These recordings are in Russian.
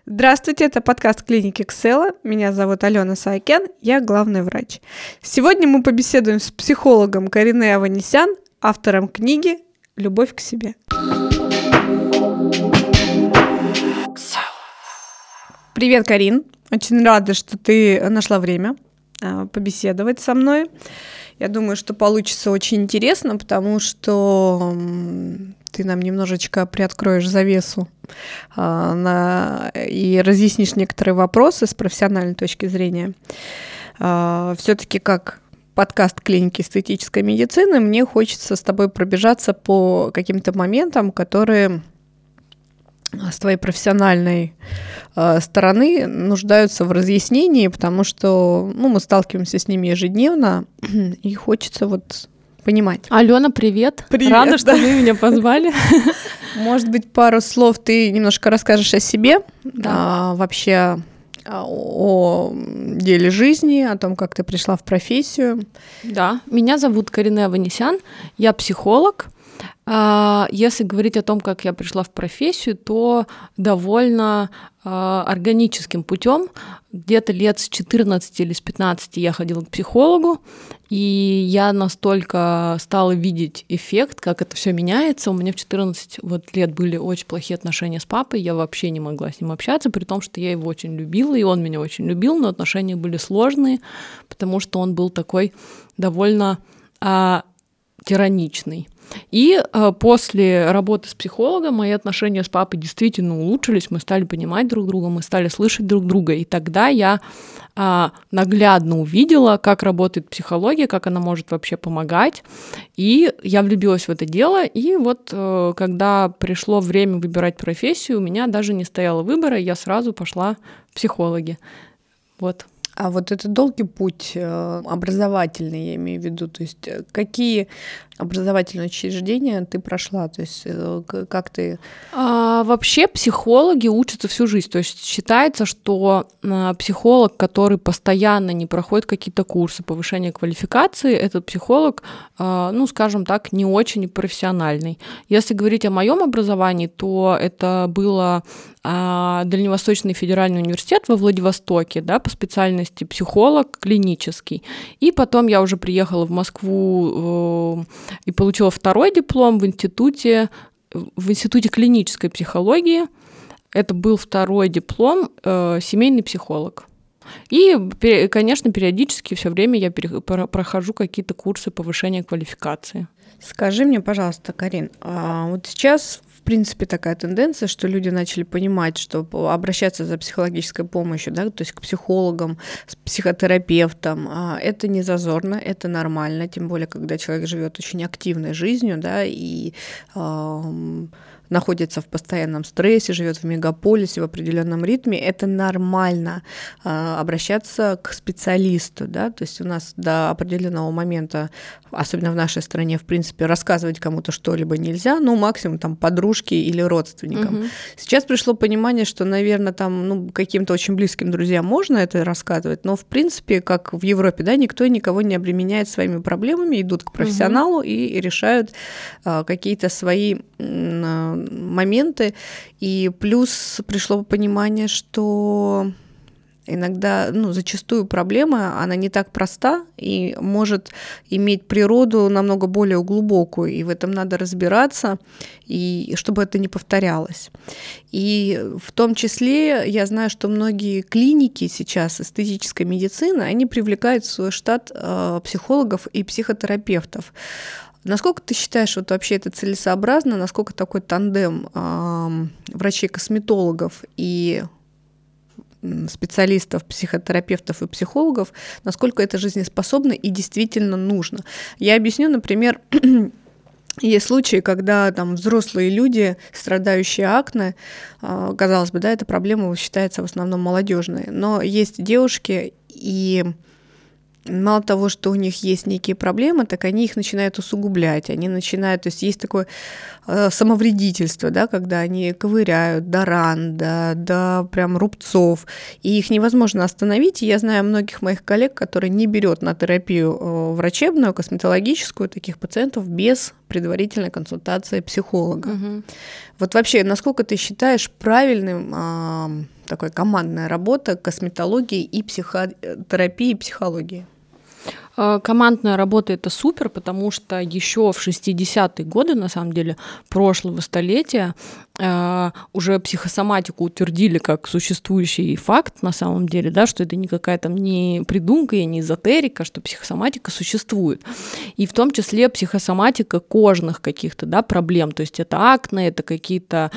Здравствуйте, это подкаст клиники Ксела. Меня зовут Алена Саакян, я главный врач. Сегодня мы побеседуем с психологом Кариной Аванесян, автором книги «Любовь к себе». Привет, Карин. Очень рада, что ты нашла время побеседовать со мной. Я думаю, что получится очень интересно, потому что ты нам немножечко приоткроешь завесу и разъяснишь некоторые вопросы с профессиональной точки зрения. Все-таки как подкаст клиники эстетической медицины, мне хочется с тобой пробежаться по каким-то моментам, которые с твоей профессиональной стороны нуждаются в разъяснении, потому что мы сталкиваемся с ними ежедневно, и хочется понимать. Алена, привет. Привет. Рада, что вы меня позвали. Может быть, пару слов ты немножко расскажешь о себе, Да. вообще о деле жизни, о том, как ты пришла в профессию. Да, меня зовут Карина Аванесян, я психолог. Если говорить о том, как я пришла в профессию, то довольно органическим путем. Где-то лет с 14 или с 15 я ходила к психологу, и я настолько стала видеть эффект, как это все меняется. У меня в 14 лет были очень плохие отношения с папой, я вообще не могла с ним общаться, при том, что я его очень любила, и он меня очень любил, но отношения были сложные, потому что он был такой довольно тираничный. И после работы с психологом мои отношения с папой действительно улучшились, мы стали понимать друг друга, мы стали слышать друг друга, и тогда я наглядно увидела, как работает психология, как она может вообще помогать, и я влюбилась в это дело, и когда пришло время выбирать профессию, у меня даже не стояло выбора, я сразу пошла в психологи. А это долгий путь образовательный, я имею в виду, то есть какие образовательные учреждения ты прошла, то есть как ты... Вообще психологи учатся всю жизнь, то есть считается, что психолог, который постоянно не проходит какие-то курсы повышения квалификации, этот психолог, скажем так, не очень профессиональный. Если говорить о моем образовании, то это было Дальневосточный федеральный университет во Владивостоке, да, по специальности психолог клинический. И потом я уже приехала в Москву и получила второй диплом в институте клинической психологии. Это был второй диплом семейный психолог. И, конечно, периодически все время я прохожу какие-то курсы повышения квалификации. Скажи мне, пожалуйста, Карин, сейчас, в принципе, такая тенденция, что люди начали понимать, что обращаться за психологической помощью, да, то есть к психологам, с психотерапевтам, это не зазорно, это нормально, тем более, когда человек живет очень активной жизнью, да, и находится в постоянном стрессе, живет в мегаполисе в определенном ритме, это нормально обращаться к специалисту, да, то есть у нас до определенного момента, особенно в нашей стране, в принципе, рассказывать кому-то что-либо нельзя, максимум там подружке или родственникам. Угу. Сейчас пришло понимание, что, наверное, там, каким-то очень близким друзьям можно это рассказывать, но, в принципе, как в Европе, да, никто никого не обременяет своими проблемами, идут к профессионалу и решают какие-то свои моменты, и плюс пришло понимание, что иногда, зачастую проблема, она не так проста и может иметь природу намного более глубокую, и в этом надо разбираться, и чтобы это не повторялось. И в том числе я знаю, что многие клиники сейчас эстетической медицины, они привлекают в свой штат психологов и психотерапевтов. Насколько ты считаешь, вообще это целесообразно, насколько такой тандем врачей-косметологов и специалистов, психотерапевтов и психологов, насколько это жизнеспособно и действительно нужно? Я объясню, например, есть случаи, когда там взрослые люди, страдающие акне, казалось бы, да, эта проблема считается в основном молодежной, но есть девушки, и мало того, что у них есть некие проблемы, так они их начинают усугублять, они начинают, то есть есть такое самовредительство, да, когда они ковыряют до ран, до прям рубцов, и их невозможно остановить. И я знаю многих моих коллег, которые не берут на терапию врачебную, косметологическую таких пациентов без предварительной консультации психолога. Вот вообще, насколько ты считаешь правильным такой командная работа косметологии и психотерапии, и психологии? Командная работа — это супер, потому что еще в 60-е годы, на самом деле, прошлого столетия уже психосоматику утвердили как существующий факт, на самом деле, да, что это никакая там не придумка и не эзотерика, что психосоматика существует. И в том числе психосоматика кожных каких-то, да, проблем, то есть это акне, это какие-то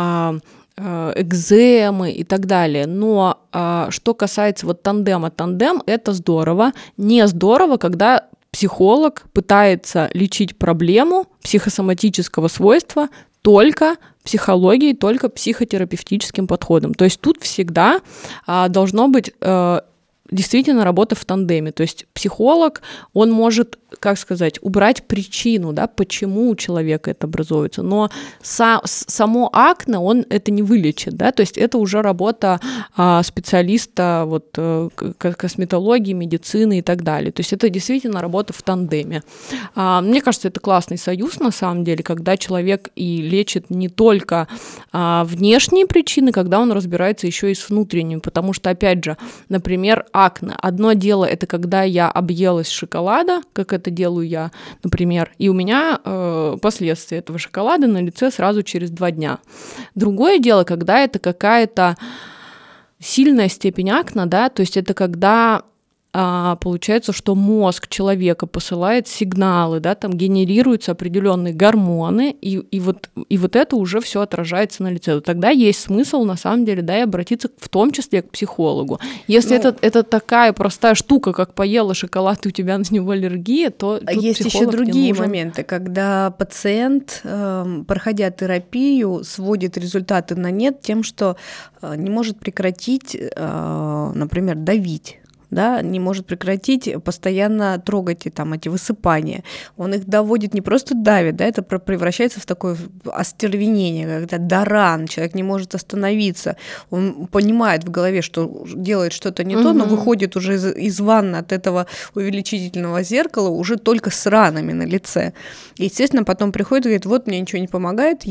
экземы и так далее. Но что касается вот тандем — это здорово. Не здорово, когда психолог пытается лечить проблему психосоматического свойства только психологией, только психотерапевтическим подходом. То есть тут всегда должно быть действительно работа в тандеме. То есть психолог, он может, как сказать, убрать причину, да, почему у человека это образуется, но само акне он это не вылечит, да, то есть это уже работа специалиста вот, косметологии, медицины и так далее. То есть это действительно работа в тандеме. Мне кажется, это классный союз на самом деле, когда человек и лечит не только внешние причины, когда он разбирается еще и с внутренними, потому что, опять же, например, акне. Одно дело — это когда я объелась шоколада, как это делаю я, например, и у меня последствия этого шоколада на лице сразу через 2 дня. Другое дело, когда это какая-то сильная степень акне, да, то есть это когда получается, что мозг человека посылает сигналы, да, там генерируются определенные гормоны, и вот это уже все отражается на лице. Тогда есть смысл, на самом деле, да, и обратиться в том числе к психологу. Если это такая простая штука, как поела шоколад, и у тебя на него аллергия, то тут есть еще другие моменты, когда пациент, проходя терапию, сводит результаты на нет тем, что не может прекратить, например, давить. Да, не может прекратить постоянно трогать там эти высыпания. Он их доводит, не просто давит, да, это превращается в такое остервенение, когда до ран, человек не может остановиться, он понимает в голове, что делает что-то не то, но выходит уже из ванны от этого увеличительного зеркала уже только с ранами на лице. И, естественно, потом приходит и говорит: вот мне ничего не помогает,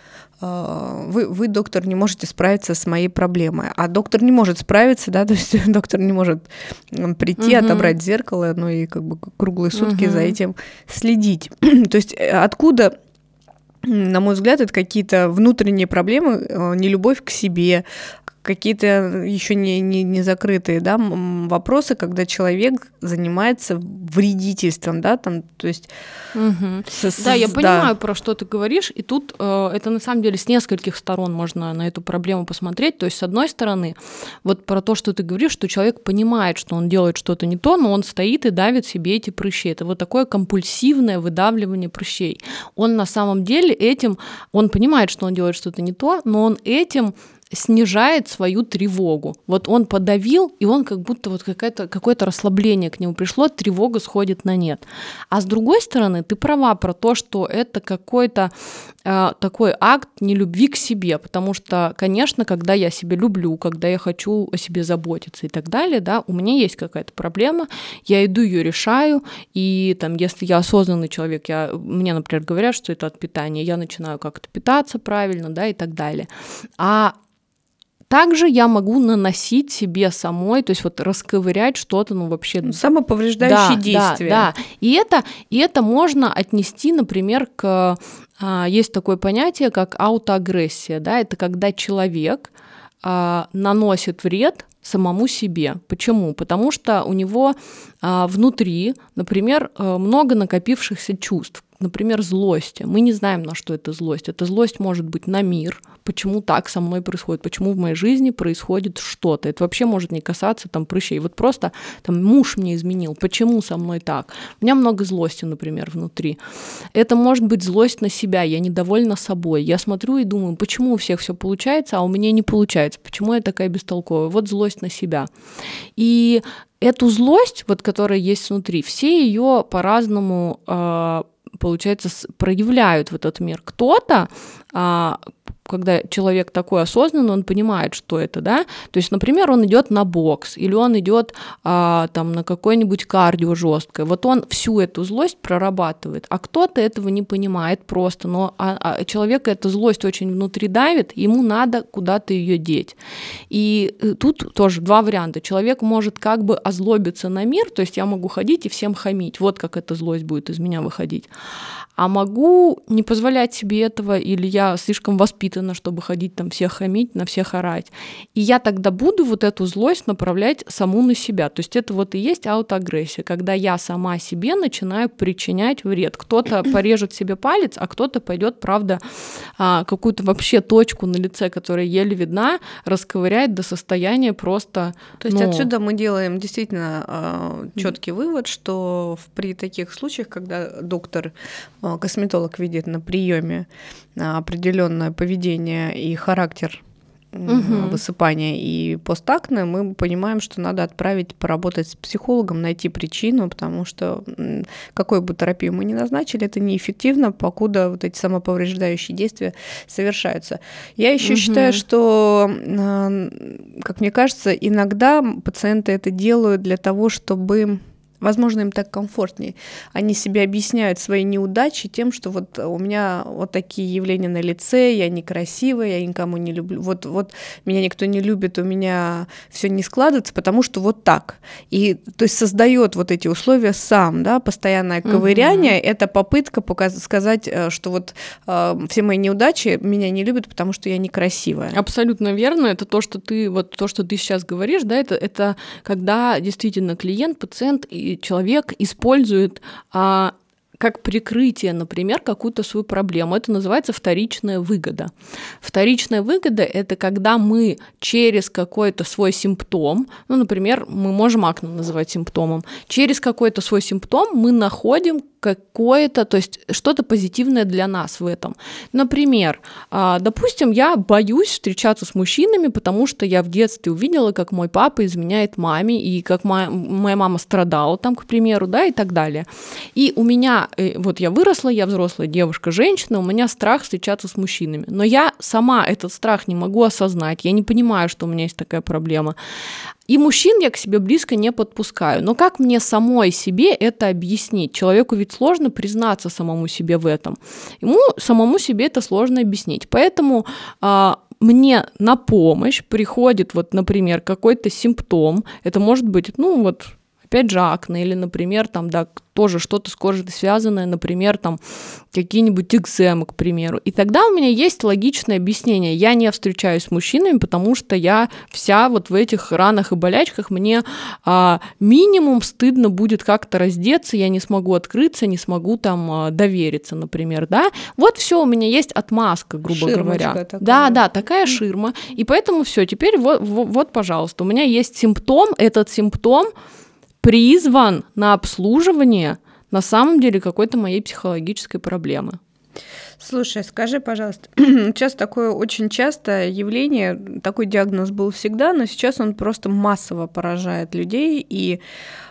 вы, доктор, не можете справиться с моей проблемой. А доктор не может справиться, да, то есть доктор не может прийти, отобрать зеркало, ну и как бы круглые сутки за этим следить. То есть откуда, на мой взгляд, это какие-то внутренние проблемы, нелюбовь к себе, какие-то еще не закрытые, да, вопросы, когда человек занимается вредительством, да, там, то есть... Да, я понимаю, про что ты говоришь, и тут это на самом деле с нескольких сторон можно на эту проблему посмотреть. То есть, с одной стороны, вот про то, что ты говоришь, что человек понимает, что он делает что-то не то, но он стоит и давит себе эти прыщи. Это вот такое компульсивное выдавливание прыщей. Он на самом деле он понимает, что он делает что-то не то, но он этим снижает свою тревогу. Вот он подавил, и он как будто вот какое-то расслабление к нему пришло, тревога сходит на нет. А с другой стороны, ты права про то, что это какой-то такой акт нелюбви к себе, потому что, конечно, когда я себя люблю, когда я хочу о себе заботиться и так далее, да, у меня есть какая-то проблема, я иду ее решаю, и там, если я осознанный человек, мне, например, говорят, что это от питания, я начинаю как-то питаться правильно, да, и так далее. А также я могу наносить себе самой, то есть вот расковырять что-то, ну вообще... Самоповреждающие действия. Да. И это можно отнести, например, есть такое понятие, как аутоагрессия, да, это когда человек наносит вред самому себе. Почему? Потому что у него внутри, например, много накопившихся чувств. Например, злости. Мы не знаем, на что это злость. Эта злость может быть на мир. Почему так со мной происходит? Почему в моей жизни происходит что-то? Это вообще может не касаться там прыщей. Вот просто там муж мне изменил. Почему со мной так? У меня много злости, например, внутри. Это может быть злость на себя. Я недовольна собой. Я смотрю и думаю, почему у всех все получается, а у меня не получается? Почему я такая бестолковая? Вот злость на себя. И эту злость, вот, которая есть внутри, все ее по-разному получается, проявляют в этот мир. Кто-то когда человек такой осознанный, он понимает, что это, да, то есть, например, он идет на бокс, или он идет там на какое-нибудь кардио жесткое, вот он всю эту злость прорабатывает, а кто-то этого не понимает просто, но человека эта злость очень внутри давит, ему надо куда-то ее деть. И тут тоже два варианта. Человек может как бы озлобиться на мир, то есть я могу ходить и всем хамить, вот как эта злость будет из меня выходить. А могу не позволять себе этого, или я слишком воспитана, чтобы ходить там всех хамить, на всех орать. И я тогда буду вот эту злость направлять саму на себя. То есть это вот и есть аутоагрессия, когда я сама себе начинаю причинять вред. Кто-то порежет себе палец, а кто-то пойдет, правда, какую-то вообще точку на лице, которая еле видна, расковыряет до состояния просто... То есть отсюда мы делаем действительно четкий вывод, что при таких случаях, когда косметолог видит на приеме определенное поведение и характер высыпания и постакне, мы понимаем, что надо отправить поработать с психологом, найти причину, потому что какую бы терапию мы ни назначили, это неэффективно, покуда вот эти самоповреждающие действия совершаются. Я еще считаю, что, как мне кажется, иногда пациенты это делают для того, чтобы... Возможно, им так комфортнее. Они себе объясняют свои неудачи тем, что вот у меня вот такие явления на лице, я некрасивая, я никому не люблю, вот меня никто не любит, у меня все не складывается, потому что вот так. И то есть создает вот эти условия сам, да, постоянное ковыряние, это попытка сказать, что вот все мои неудачи меня не любят, потому что я некрасивая. Абсолютно верно. Это то, что ты сейчас говоришь, да, это когда действительно клиент, пациент и человек использует как прикрытие, например, какую-то свою проблему. Это называется вторичная выгода. Вторичная выгода – это когда мы через какой-то свой симптом, ну, например, мы можем акне называть симптомом, через какой-то свой симптом мы находим какое-то, то есть что-то позитивное для нас в этом. Например, допустим, я боюсь встречаться с мужчинами, потому что я в детстве увидела, как мой папа изменяет маме, и как моя мама страдала там, к примеру, да, и так далее. И у меня, вот я выросла, я взрослая девушка, женщина, у меня страх встречаться с мужчинами, но я сама этот страх не могу осознать, я не понимаю, что у меня есть такая проблема. И мужчин я к себе близко не подпускаю. Но как мне самой себе это объяснить? Человеку ведь сложно признаться самому себе в этом. Ему самому себе это сложно объяснить. Поэтому мне на помощь приходит, вот, например, какой-то симптом. Это может быть, опять же, акне, или, например, там, да, тоже что-то с кожей связанное, например, там, какие-нибудь экземы, к примеру. И тогда у меня есть логичное объяснение. Я не встречаюсь с мужчинами, потому что я вся вот в этих ранах и болячках, мне минимум стыдно будет как-то раздеться, я не смогу открыться, не смогу там довериться, например, да. Вот все, у меня есть отмазка, грубо говоря. Такая. Да, такая ширма. И поэтому все, теперь вот, пожалуйста, у меня есть симптом, этот симптом призван на обслуживание на самом деле какой-то моей психологической проблемы. Слушай, скажи, пожалуйста, сейчас такое очень частое явление, такой диагноз был всегда, но сейчас он просто массово поражает людей, и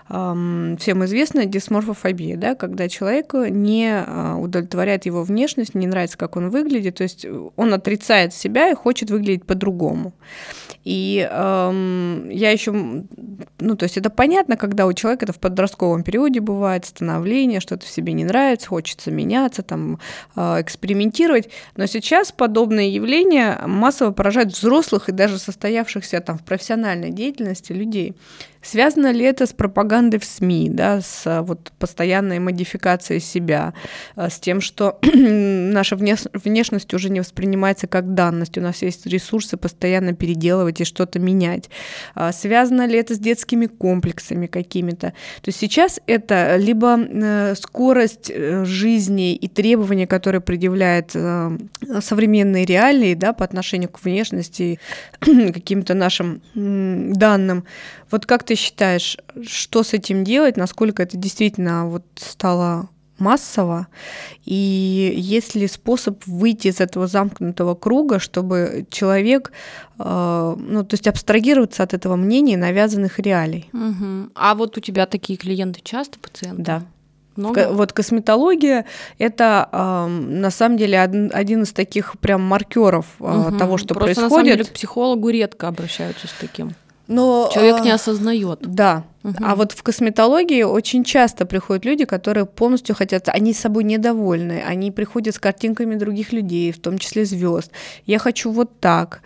всем известна дисморфофобия, да, когда человеку не удовлетворяет его внешность, не нравится, как он выглядит, то есть он отрицает себя и хочет выглядеть по-другому. И я еще, то есть это понятно, когда у человека это в подростковом периоде бывает, становление, что-то в себе не нравится, хочется меняться, там, экспериментировать, но сейчас подобные явления массово поражают взрослых и даже состоявшихся там в профессиональной деятельности людей. Связано ли это с пропагандой в СМИ, да, с вот постоянной модификацией себя, с тем, что наша внешность уже не воспринимается как данность, у нас есть ресурсы постоянно переделывать и что-то менять? Связано ли это с детскими комплексами какими-то? То есть сейчас это либо скорость жизни и требования, которые предъявляют современные реалии, да, по отношению к внешности, каким-то нашим данным. Вот как ты считаешь, что с этим делать, насколько это действительно вот стало массово, и есть ли способ выйти из этого замкнутого круга, чтобы человек, то есть абстрагироваться от этого мнения навязанных реалий? А вот у тебя такие клиенты часто, пациенты? Да. Вот косметология – это на самом деле один из таких прям маркеров того, что Просто, происходит. На самом деле к психологу редко обращаются с таким. Но, человек не осознает. Да. А вот в косметологии очень часто приходят люди, которые полностью хотят, они с собой недовольны, они приходят с картинками других людей, в том числе звезд. Я хочу вот так.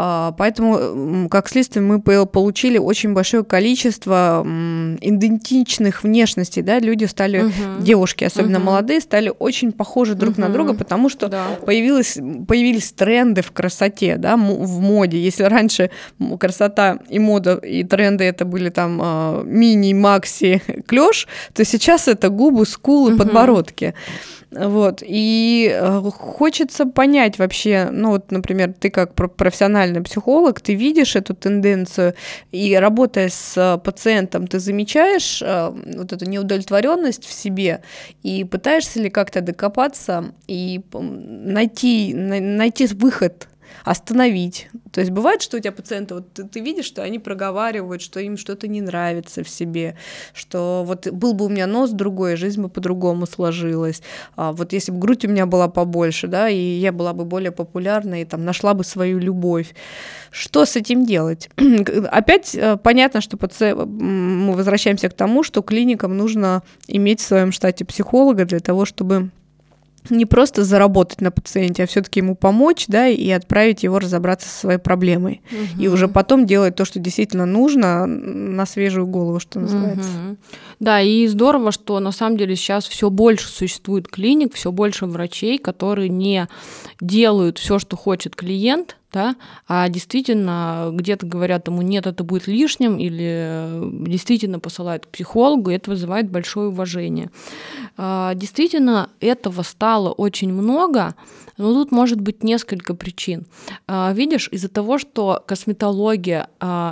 Поэтому, как следствие, мы получили очень большое количество идентичных внешностей, да, люди стали, девушки, особенно молодые, стали очень похожи друг на друга, потому что появились тренды в красоте, да, в моде. Если раньше красота и мода, и тренды это были там мини, макси, клёш, то сейчас это губы, скулы, подбородки. Вот. И хочется понять вообще, ну вот, например, ты как профессиональный психолог, ты видишь эту тенденцию, и работая с пациентом, ты замечаешь вот эту неудовлетворенность в себе, и пытаешься ли как-то докопаться и найти выход, остановить. То есть бывает, что у тебя пациенты, вот ты видишь, что они проговаривают, что им что-то не нравится в себе, что вот был бы у меня нос другой, жизнь бы по-другому сложилась. Вот если бы грудь у меня была побольше, да, и я была бы более популярной, и там нашла бы свою любовь. Что с этим делать? Опять понятно, что мы возвращаемся к тому, что клиникам нужно иметь в своем штате психолога для того, чтобы не просто заработать на пациенте, а все-таки ему помочь, да, и отправить его разобраться со своей проблемой. И уже потом делать то, что действительно нужно, на свежую голову, что называется. Да, и здорово, что на самом деле сейчас все больше существует клиник, все больше врачей, которые не делают все, что хочет клиент, да, а действительно где-то говорят ему: нет, это будет лишним, или действительно посылают к психологу, и это вызывает большое уважение. Действительно, этого стало очень много, но тут может быть несколько причин. Видишь, из-за того, что косметология,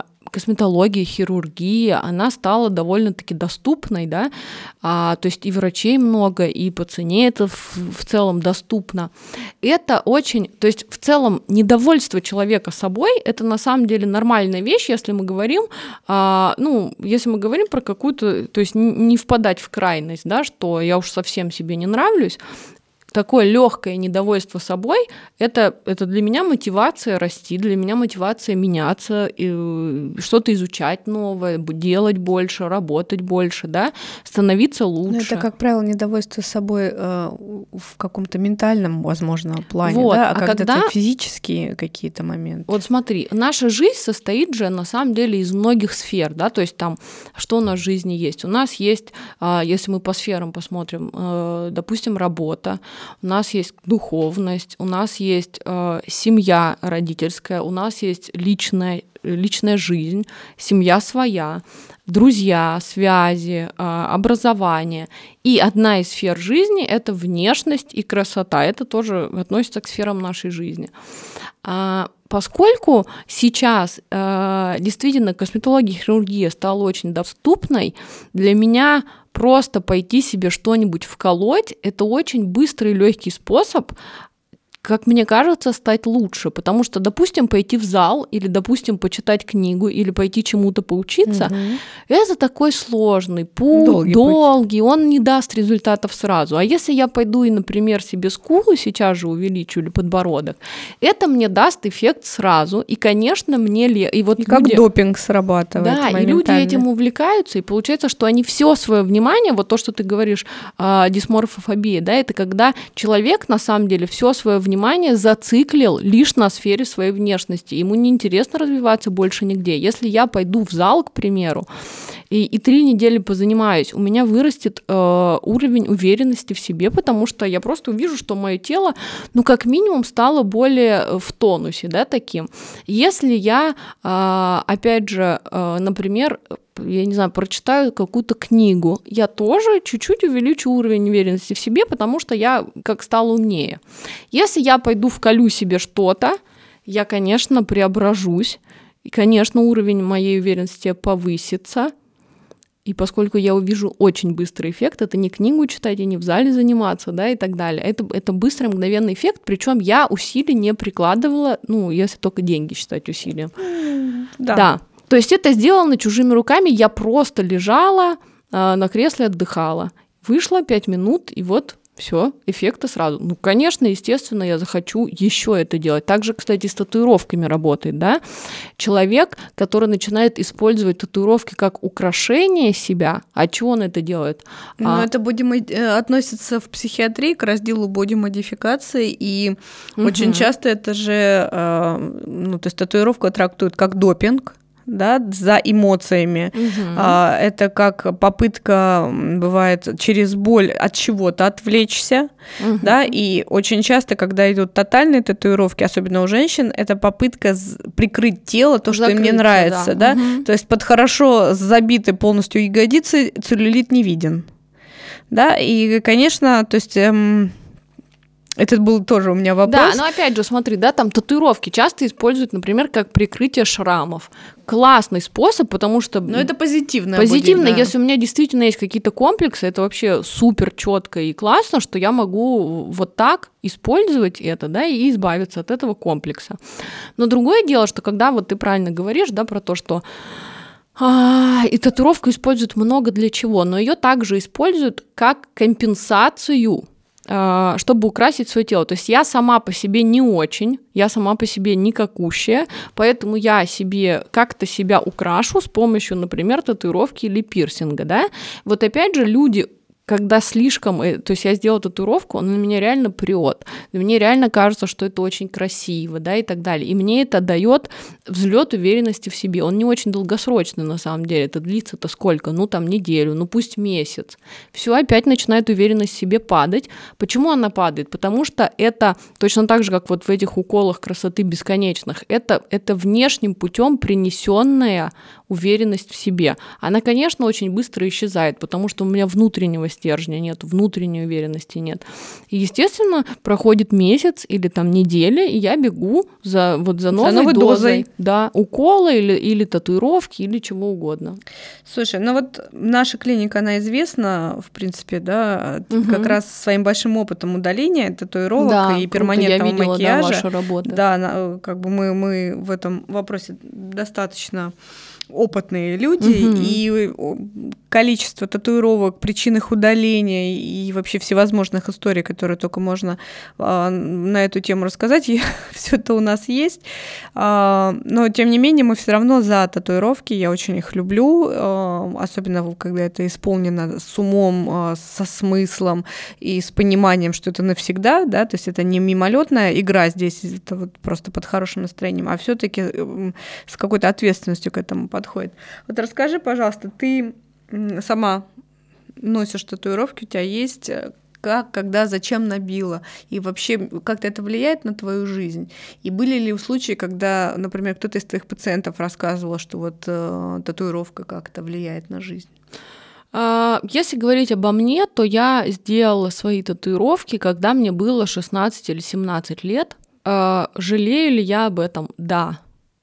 хирургия, она стала довольно-таки доступной, да, то есть и врачей много, и по цене это в целом доступно. Это очень, то есть в целом недовольство человека собой – это на самом деле нормальная вещь, если мы говорим, если мы говорим про какую-то, то есть не впадать в крайность, да, что я уж совсем себе не нравлюсь. Такое легкое недовольство собой – это для меня мотивация расти, для меня мотивация меняться, что-то изучать новое, делать больше, работать больше, да, становиться лучше. Но это, как правило, недовольство собой в каком-то ментальном, возможно, плане, вот, да, когда физические какие-то моменты. Вот смотри, наша жизнь состоит же на самом деле из многих сфер, да, то есть там, что у нас в жизни есть? У нас есть, если мы по сферам посмотрим, допустим, работа, у нас есть духовность, у нас есть семья родительская, у нас есть личная жизнь, семья своя, друзья, связи, образование. И одна из сфер жизни – это внешность и красота. Это тоже относится к сферам нашей жизни. Поскольку сейчас действительно косметология и хирургия стала очень доступной, для меня просто пойти себе что-нибудь вколоть – это очень быстрый и легкий способ, как мне кажется, стать лучше, потому что, допустим, пойти в зал или, допустим, почитать книгу или пойти чему-то поучиться, это такой сложный путь, долгий, он не даст результатов сразу. А если я пойду и, например, себе скулы сейчас же увеличу или подбородок, это мне даст эффект сразу, и, конечно, и вот как люди, допинг срабатывает. Да, и люди этим увлекаются, и получается, что они все свое внимание, вот то, что ты говоришь, дисморфофобия, да, это когда человек на самом деле все свое внимание зациклил лишь на сфере своей внешности. Ему неинтересно развиваться больше нигде. Если я пойду в зал, к примеру, и 3 недели позанимаюсь, у меня вырастет уровень уверенности в себе, потому что я просто увижу, что мое тело, как минимум, стало более в тонусе, да, таким. Если я, опять же, например, я не знаю, прочитаю какую-то книгу, я тоже чуть-чуть увеличу уровень уверенности в себе, потому что я как стала умнее. Если я пойду вколю себе что-то, я, конечно, преображусь, и, конечно, уровень моей уверенности повысится, и поскольку я увижу очень быстрый эффект, это не книгу читать и не в зале заниматься, да, и так далее. Это быстрый, мгновенный эффект, причем я усилий не прикладывала, если только деньги считать усилием. Да. То есть это сделано чужими руками, я просто лежала на кресле, отдыхала. вышло 5 минут, и вот все, эффекта сразу. Ну, конечно, естественно, я захочу еще это делать. Также, кстати, с татуировками работает, да. Человек, который начинает использовать татуировки как украшение себя, а чего он это делает? Ну, это относится в психиатрии к разделу бодимодификации, и очень часто это же, то есть татуировка трактуют как допинг, да, за эмоциями. Это как попытка, бывает, через боль от чего-то отвлечься, да, и очень часто, когда идут тотальные татуировки, особенно у женщин, это попытка прикрыть тело, то, что им не нравится, да. То есть под хорошо забиты полностью ягодицы целлюлит не виден, да, и, конечно, то есть... Это был тоже у меня вопрос. Да, но опять же, смотри, да, там татуировки часто используют, например, как прикрытие шрамов. Классный способ, потому что... Но это позитивно. Позитивно, если у меня действительно есть какие-то комплексы, это вообще супер четко и классно, что я могу вот так использовать это, да, и избавиться от этого комплекса. Но другое дело, что когда вот ты правильно говоришь, да, про то, что и татуировку используют много для чего, но ее также используют как компенсацию, чтобы украсить свое тело. То есть я сама по себе не очень, я сама по себе никакущая, поэтому я себе как-то себя украшу с помощью, например, татуировки или пирсинга, да. Вот опять же люди, когда слишком, то есть я сделала татуировку, она на меня реально прет, мне реально кажется, что это очень красиво, да, и так далее. И мне это дает взлет уверенности в себе. Он не очень долгосрочный на самом деле, это длится-то сколько? Ну, там, неделю, ну, пусть месяц. Все, опять начинает уверенность в себе падать. Почему она падает? Потому что это точно так же, как вот в этих уколах красоты бесконечных, это внешним путем принесенная уверенность в себе. Она, конечно, очень быстро исчезает, потому что у меня внутреннего стержня нет, внутренней уверенности нет. И, естественно, проходит месяц или там неделя, и я бегу за новой дозой. Да, укола или татуировки, или чего угодно. Слушай, ну вот наша клиника, она известна, в принципе, да, как раз своим большим опытом удаления татуировок и перманентного макияжа. Да, вашу работу. Да, как бы мы в этом вопросе достаточно опытные люди, и количество татуировок, причин их удаления и вообще всевозможных историй, которые только можно на эту тему рассказать, все это у нас есть. Но, тем не менее, мы все равно за татуировки, я очень их люблю, особенно когда это исполнено с умом, со смыслом и с пониманием, что это навсегда, да, то есть это не мимолетная игра здесь, это вот просто под хорошим настроением, а все-таки с какой-то ответственностью к этому подходит. Вот расскажи, пожалуйста, ты сама носишь татуировки, у тебя есть, как, когда, зачем набила, и вообще как-то это влияет на твою жизнь? И были ли случаи, когда, например, кто-то из твоих пациентов рассказывал, что вот татуировка как-то влияет на жизнь? Если говорить обо мне, то я сделала свои татуировки, когда мне было 16 или 17 лет. Жалею ли я об этом? Да.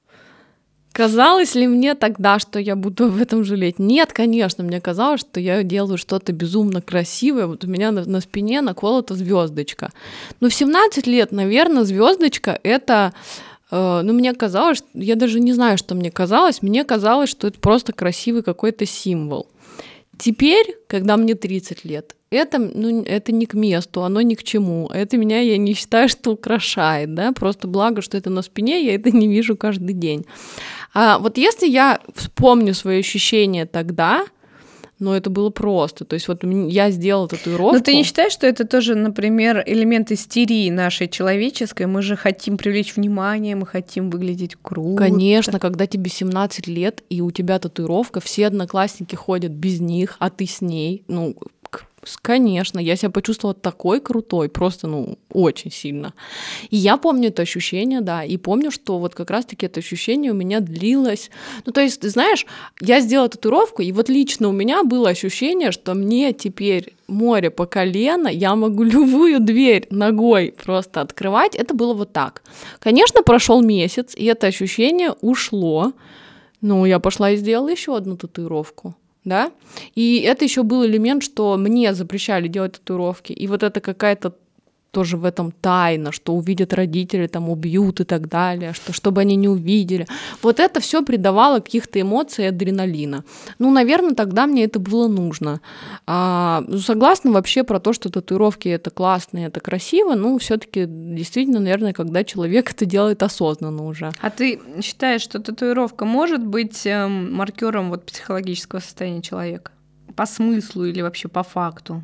Казалось ли мне тогда, что я буду об этом жалеть? Нет, конечно, мне казалось, что я делаю что-то безумно красивое. Вот у меня на спине наколота звездочка. Но в 17 лет, наверное, звездочка это... мне казалось, я даже не знаю, что мне казалось что это просто красивый какой-то символ. Теперь, когда мне 30 лет, это не к месту, оно ни к чему. Это меня, я не считаю, что украшает, да, просто благо, что это на спине, я это не вижу каждый день. А вот если я вспомню свои ощущения тогда, это было просто. То есть вот я сделала татуировку. Но ты не считаешь, что это тоже, например, элемент истерии нашей человеческой? Мы же хотим привлечь внимание, мы хотим выглядеть круто. Конечно, когда тебе 17 лет, и у тебя татуировка, все одноклассники ходят без них, а ты с ней, конечно, я себя почувствовала такой крутой, просто, очень сильно. И я помню это ощущение, да, и помню, что вот как раз-таки это ощущение у меня длилось. То есть, ты знаешь, я сделала татуировку, и вот лично у меня было ощущение, что мне теперь море по колено, я могу любую дверь ногой просто открывать. Это было вот так. Конечно, прошел месяц, и это ощущение ушло. Я пошла и сделала еще одну татуировку. Да? И это еще был элемент, что мне запрещали делать татуировки. И вот это какая-то тоже в этом тайна, что увидят родители, там убьют и так далее, что чтобы они не увидели. Вот это все придавало каких-то эмоций и адреналина. Ну, наверное, тогда мне это было нужно. Согласна вообще про то, что татуировки это классно, это красиво, ну, все-таки действительно, наверное, когда человек это делает осознанно уже. А ты считаешь, что татуировка может быть маркером вот психологического состояния человека? По смыслу или вообще по факту?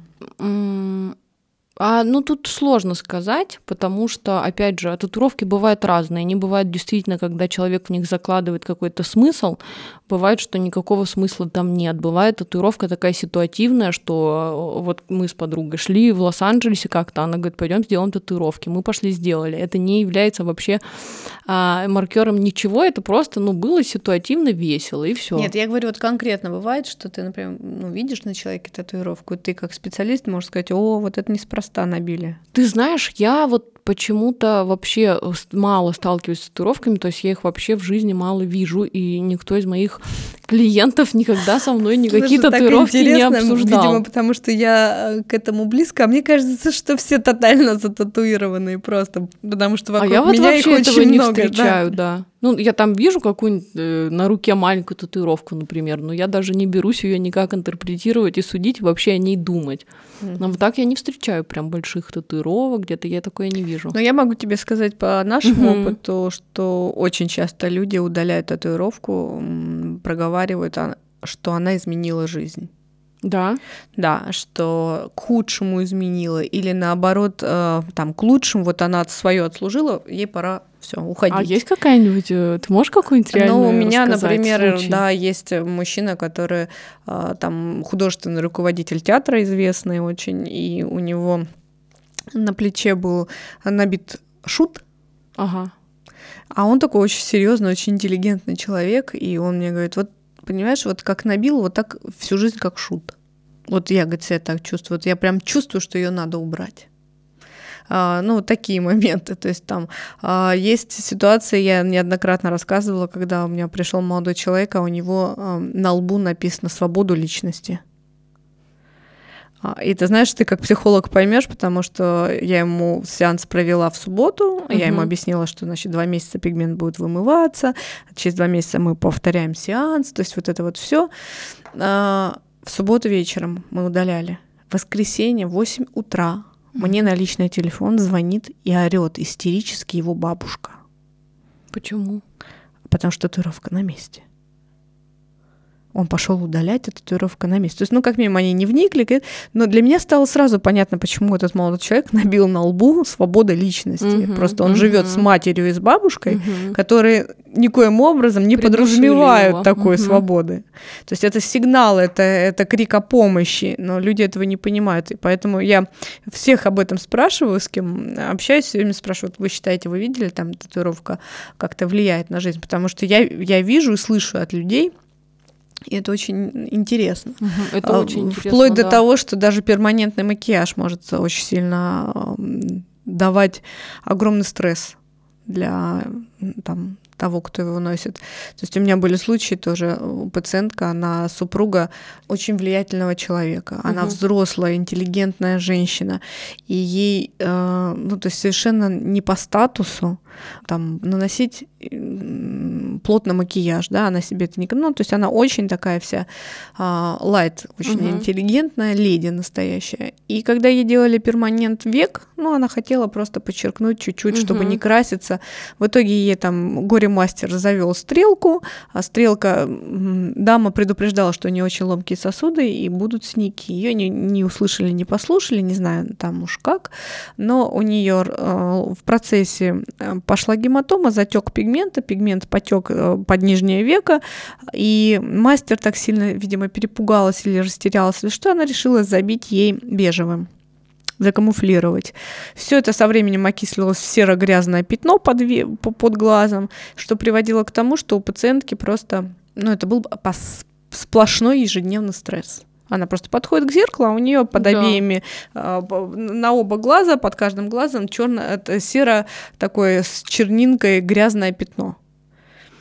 Ну, тут сложно сказать, потому что, опять же, татуировки бывают разные. Они бывают действительно, когда человек в них закладывает какой-то смысл, бывает, что никакого смысла там нет. Бывает татуировка такая ситуативная, что вот мы с подругой шли в Лос-Анджелесе как-то, она говорит, пойдем сделаем татуировки. Мы пошли, сделали. Это не является вообще маркером ничего, это просто, было ситуативно весело, и все. Нет, я говорю, вот конкретно бывает, что ты, например, видишь на человеке татуировку, и ты как специалист можешь сказать, вот это неспроста набили. Ты знаешь, я вот почему-то вообще мало сталкиваюсь с татуировками, то есть я их вообще в жизни мало вижу, и никто из моих клиентов никогда со мной никакие татуировки не обсуждал. Видимо, потому что я к этому близко, а мне кажется, что все тотально зататуированные просто, потому что вокруг меня вот их очень этого много. Не встречаю, да. Я там вижу какую-нибудь на руке маленькую татуировку, например, но я даже не берусь ее никак интерпретировать и судить, вообще о ней думать. Но вот так я не встречаю прям больших татуировок, где-то я такое не вижу. Но я могу тебе сказать по нашему опыту, что очень часто люди удаляют татуировку, проговаривают, что она изменила жизнь. Да? Да, что к худшему изменила, или наоборот, там, к лучшему, вот она свое отслужила, ей пора все уходить. А есть какая-нибудь, ты можешь какую-нибудь реальную у меня, рассказать например, случай? Да, есть мужчина, который там художественный руководитель театра, известный очень, и у него на плече был набит шут. Ага. А он такой очень серьезный, очень интеллигентный человек, и он мне говорит, вот понимаешь, вот как набил, вот так всю жизнь как шут. Вот я, говорит, себя так чувствую. Вот я прям чувствую, что ее надо убрать. Такие моменты. То есть там есть ситуации, я неоднократно рассказывала, когда у меня пришел молодой человек, а у него на лбу написано «Свободу личности». И ты знаешь, ты как психолог поймешь, потому что я ему сеанс провела в субботу, я ему объяснила, что, значит, 2 месяца пигмент будет вымываться, через 2 месяца мы повторяем сеанс, то есть вот это вот все. В субботу вечером мы удаляли. В воскресенье в 8 утра мне на личный телефон звонит и орёт истерически его бабушка. Почему? Потому что татуировка на месте. Он пошел удалять, а татуировка на месте. То есть, как минимум, они не вникли, но для меня стало сразу понятно, почему этот молодой человек набил на лбу «свобода личности». Просто он живет с матерью и с бабушкой, которые никоим образом не подразумевают такой свободы. То есть это сигнал, это крик о помощи, но люди этого не понимают. И поэтому я всех об этом спрашиваю, с кем общаюсь, все время спрашиваю, вы считаете, вы видели, там татуировка как-то влияет на жизнь? Потому что я вижу и слышу от людей, и это очень интересно. Это очень интересно, вплоть до того, что даже перманентный макияж может очень сильно давать огромный стресс для того, кто его носит. То есть у меня были случаи тоже, пациентка, она супруга очень влиятельного человека. Она взрослая, интеллигентная женщина. И ей то есть совершенно не по статусу наносить плотный макияж, да, она себе это не... то есть она очень такая вся лайт, очень интеллигентная леди настоящая. И когда ей делали перманент век, она хотела просто подчеркнуть чуть-чуть, чтобы не краситься. В итоге ей горе-мастер завел стрелку, а стрелка, дама предупреждала, что у нее очень ломкие сосуды и будут синяки. Ее не услышали, не послушали, не знаю там уж как, но у нее в процессе пошла гематома, затек пигмента, пигмент потек под нижнее веко, и мастер так сильно, видимо, перепугалась или растерялась, или что, она решила забить ей бежевым, закамуфлировать. Все это со временем окислилось в серо-грязное пятно под глазом, что приводило к тому, что у пациентки просто, это был сплошной ежедневный стресс. Она просто подходит к зеркалу, а у нее под обеими, на оба глаза, под каждым глазом серо такое с чернинкой грязное пятно.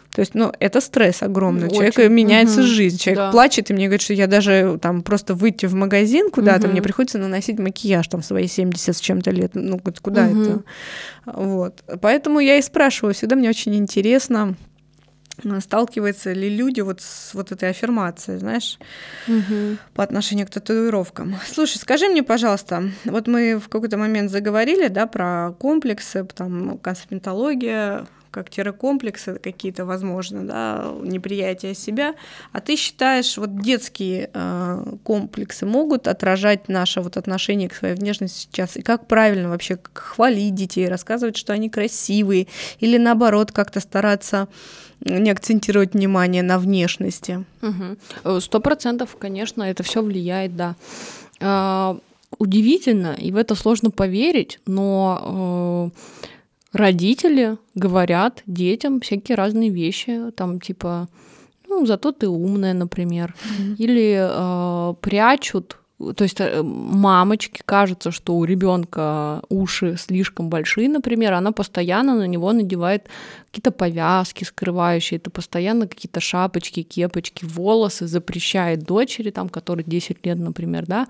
То есть, это стресс огромный. У Очень. человека меняется жизнь. Человек Да. плачет и мне говорит, что я даже там просто выйти в магазин куда-то, мне приходится наносить макияж там свои 70 с чем-то лет. Куда это? Вот. Поэтому я и спрашиваю, всегда мне очень интересно, сталкиваются ли люди вот с вот этой аффирмацией, знаешь, по отношению к татуировкам. Слушай, скажи мне, пожалуйста, вот мы в какой-то момент заговорили, да, про комплексы, там, косметология, как комплексы какие-то, возможно, да, неприятие себя. А ты считаешь, вот детские комплексы могут отражать наше вот отношение к своей внешности сейчас? И как правильно вообще хвалить детей, рассказывать, что они красивые, или наоборот как-то стараться не акцентировать внимание на внешности? 100%, конечно, это все влияет, да. Удивительно, и в это сложно поверить, но родители говорят детям всякие разные вещи, там типа, зато ты умная, например, или прячут. То есть мамочке кажется, что у ребенка уши слишком большие, например, она постоянно на него надевает какие-то повязки скрывающие, это постоянно какие-то шапочки, кепочки, волосы, запрещает дочери, там, которой 10 лет, например, да,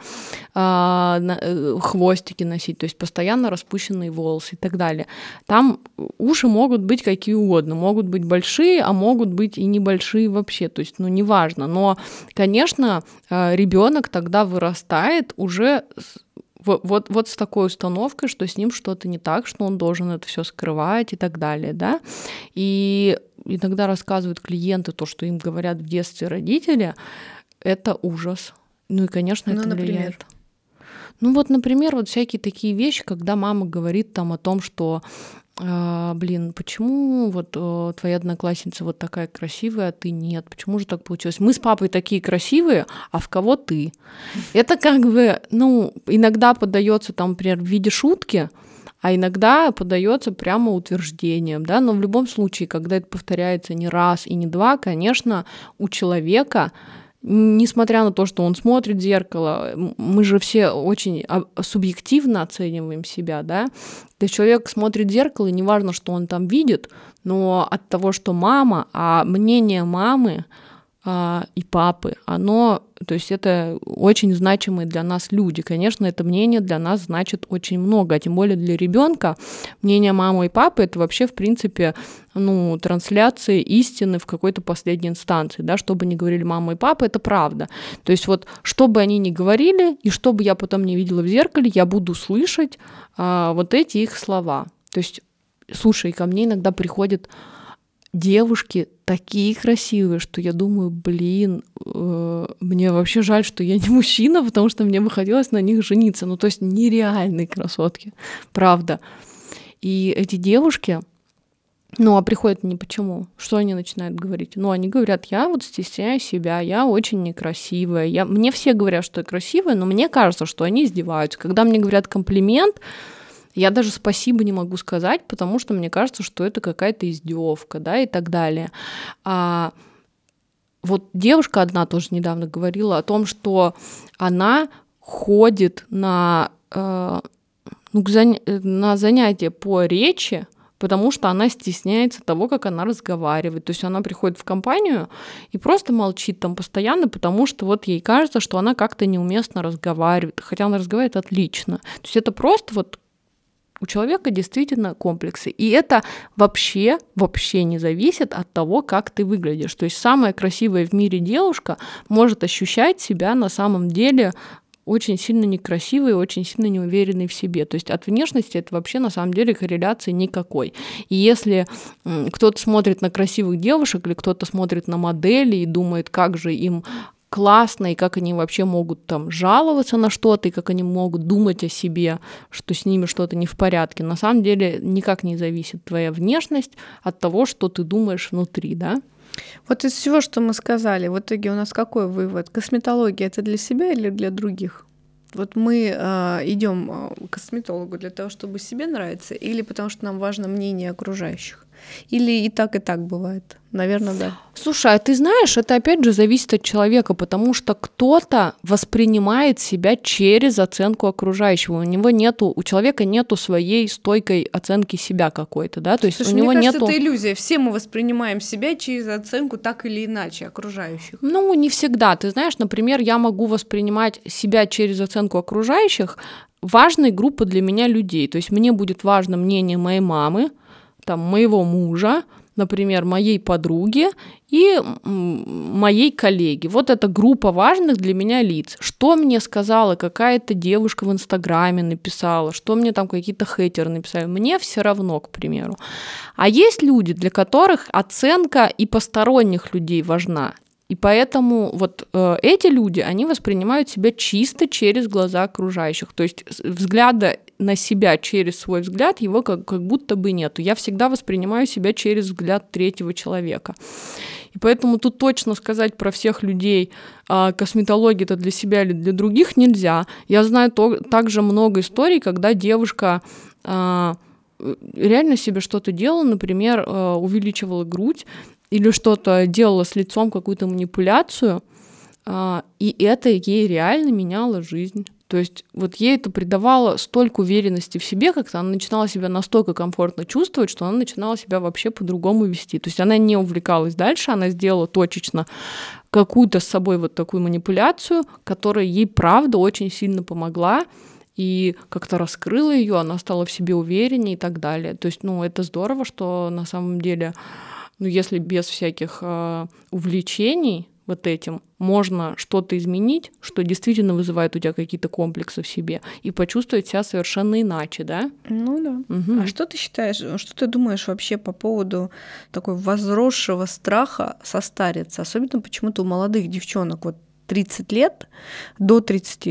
хвостики носить, то есть постоянно распущенные волосы и так далее. Там уши могут быть какие угодно, могут быть большие, а могут быть и небольшие вообще, то есть, неважно. Но, конечно, ребенок тогда вырастает уже вот с такой установкой, что с ним что-то не так, что он должен это все скрывать и так далее, да. И иногда рассказывают клиенты то, что им говорят в детстве родители, это ужас. И, конечно, это влияет. Например, всякие такие вещи, когда мама говорит там о том, что почему твоя одноклассница вот такая красивая, а ты нет? Почему же так получилось? Мы с папой такие красивые, а в кого ты? Это иногда подается там, например, в виде шутки, а иногда подается прямо утверждением, да, но в любом случае, когда это повторяется не раз и не два, конечно, у человека, несмотря на то, что он смотрит в зеркало, мы же все очень субъективно оцениваем себя, да, то есть человек смотрит в зеркало, и неважно, что он там видит, но от того, что мама, а мнение мамы и папы, то есть это очень значимые для нас люди. Конечно, это мнение для нас значит очень много, а тем более для ребенка мнение мамы и папы — это вообще, в принципе, трансляция истины в какой-то последней инстанции, да, что бы ни говорили мама и папа, это правда. То есть что бы они ни говорили, и что бы я потом не видела в зеркале, я буду слышать вот эти их слова. То есть, слушай, ко мне иногда приходят девушки такие красивые, что я думаю, мне вообще жаль, что я не мужчина, потому что мне бы хотелось на них жениться. То есть нереальные красотки, правда. И эти девушки, а приходят не почему. Что они начинают говорить? Они говорят, я стесняю себя, я очень некрасивая. Мне все говорят, что я красивая, но мне кажется, что они издеваются. Когда мне говорят комплимент, я даже спасибо не могу сказать, потому что мне кажется, что это какая-то издевка, да, и так далее. Девушка одна тоже недавно говорила о том, что она ходит на занятия по речи, потому что она стесняется того, как она разговаривает. То есть она приходит в компанию и просто молчит там постоянно, потому что ей кажется, что она как-то неуместно разговаривает, хотя она разговаривает отлично. То есть это просто у человека действительно комплексы. И это вообще не зависит от того, как ты выглядишь. То есть самая красивая в мире девушка может ощущать себя на самом деле очень сильно некрасивой, очень сильно неуверенной в себе. То есть от внешности это вообще на самом деле корреляции никакой. И если кто-то смотрит на красивых девушек или кто-то смотрит на модели и думает, как же им классно, и как они вообще могут там жаловаться на что-то, и как они могут думать о себе, что с ними что-то не в порядке. На самом деле никак не зависит твоя внешность от того, что ты думаешь внутри, да? Из всего, что мы сказали, в итоге у нас какой вывод? Косметология — это для себя или для других? Мы идем к косметологу для того, чтобы себе нравиться, или потому что нам важно мнение окружающих? Или и так бывает? Наверное, да. Слушай, а ты знаешь, это опять же зависит от человека, потому что кто-то воспринимает себя через оценку окружающего. У человека нету своей стойкой оценки себя какой-то, да, то есть Слушай, у него мне кажется, нету... это иллюзия. Все мы воспринимаем себя через оценку так или иначе окружающих. Ну, не всегда. Ты знаешь, например, я могу воспринимать себя через оценку окружающих важной группы для меня людей. То есть мне будет важно мнение моей мамы, там, моего мужа, например, моей подруги и моей коллеги. Вот эта группа важных для меня лиц. Что мне сказала какая-то девушка в Инстаграме написала, что мне там какие-то хейтеры написали, мне все равно, к примеру. А есть люди, для которых оценка и посторонних людей важна. И поэтому вот эти люди, они воспринимают себя чисто через глаза окружающих. То есть взгляда на себя через свой взгляд, его как будто бы нету. Я всегда воспринимаю себя через взгляд третьего человека. И поэтому тут точно сказать про всех людей, косметология это для себя или для других нельзя. Я знаю также много историй, когда девушка реально себе что-то делала, например, увеличивала грудь, или что-то делала с лицом, какую-то манипуляцию, и это ей реально меняло жизнь. То есть вот ей это придавало столько уверенности в себе, как-то она начинала себя настолько комфортно чувствовать, что она начинала себя вообще по-другому вести. То есть она не увлекалась дальше, она сделала точечно какую-то с собой вот такую манипуляцию, которая ей, правда, очень сильно помогла, и как-то раскрыла ее, она стала в себе увереннее и так далее. То есть, это здорово, что на самом деле... если без всяких увлечений вот этим можно что-то изменить, что действительно вызывает у тебя какие-то комплексы в себе, и почувствовать себя совершенно иначе, да? Ну да. Угу. А что ты считаешь, что ты думаешь вообще по поводу такой возросшего страха состариться? Особенно почему-то у молодых девчонок, 30 лет, до 30,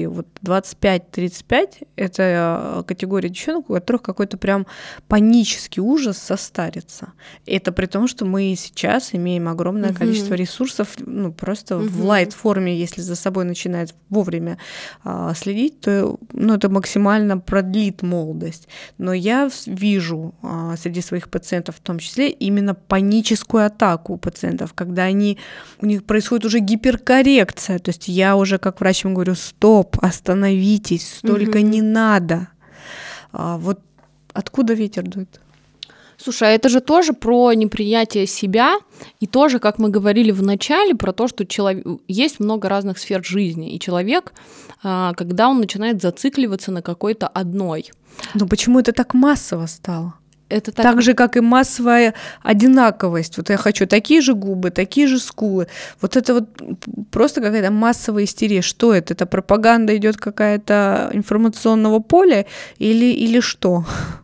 25-35, это категория девчонок, у которых какой-то прям панический ужас состариться. Это при том, что мы сейчас имеем огромное количество ресурсов, просто в лайт-форме, если за собой начинать вовремя следить, то это максимально продлит молодость. Но я вижу среди своих пациентов в том числе именно паническую атаку у пациентов, когда у них происходит уже гиперкоррекция. То есть я уже как врач им говорю: стоп, остановитесь, столько не надо. Вот откуда ветер дует? Слушай, а это же тоже про неприятие себя, и тоже, как мы говорили в начале, про то, что есть много разных сфер жизни, и человек, когда он начинает зацикливаться на какой-то одной. Но почему это так массово стало? Это так же, как и массовая одинаковость. Я хочу такие же губы, такие же скулы. Это просто какая-то массовая истерия. Что это? Это пропаганда идет какая-то информационного поля или что?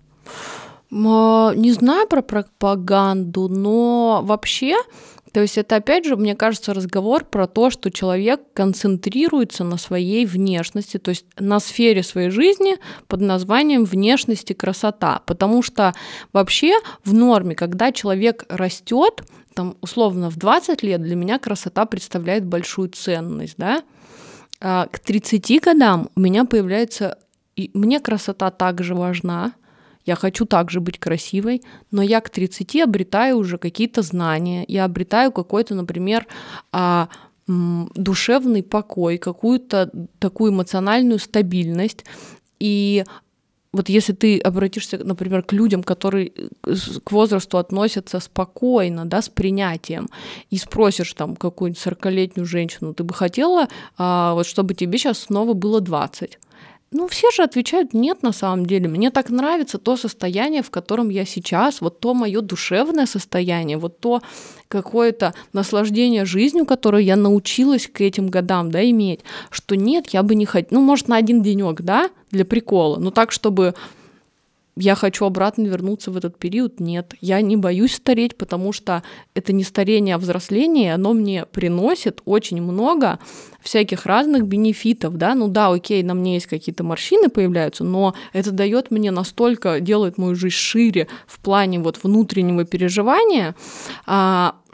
Не знаю про пропаганду, но вообще... То есть это, опять же, мне кажется, разговор про то, что человек концентрируется на своей внешности, то есть на сфере своей жизни под названием внешность и красота. Потому что вообще в норме, когда человек растет, там, условно, в 20 лет для меня красота представляет большую ценность, да? А к 30 годам у меня появляется... И мне красота также важна, я хочу также быть красивой, но я к 30 обретаю уже какие-то знания, я обретаю какой-то, например, душевный покой, какую-то такую эмоциональную стабильность. И вот если ты обратишься, например, к людям, которые к возрасту относятся спокойно, да, с принятием, и спросишь там какую-нибудь 40-летнюю женщину: ты бы хотела, чтобы тебе сейчас снова было 20? Все же отвечают: нет, на самом деле. Мне так нравится то состояние, в котором я сейчас, то мое душевное состояние, то какое-то наслаждение жизнью, которое я научилась к этим годам, да, иметь, что нет, я бы не хотела, может, на один денёк, да, для прикола, но так, чтобы я хочу обратно вернуться в этот период, нет. Я не боюсь стареть, потому что это не старение, а взросление, оно мне приносит очень много всяких разных бенефитов, да, окей, на мне есть какие-то морщины появляются, но это дает мне настолько, делает мою жизнь шире в плане внутреннего переживания,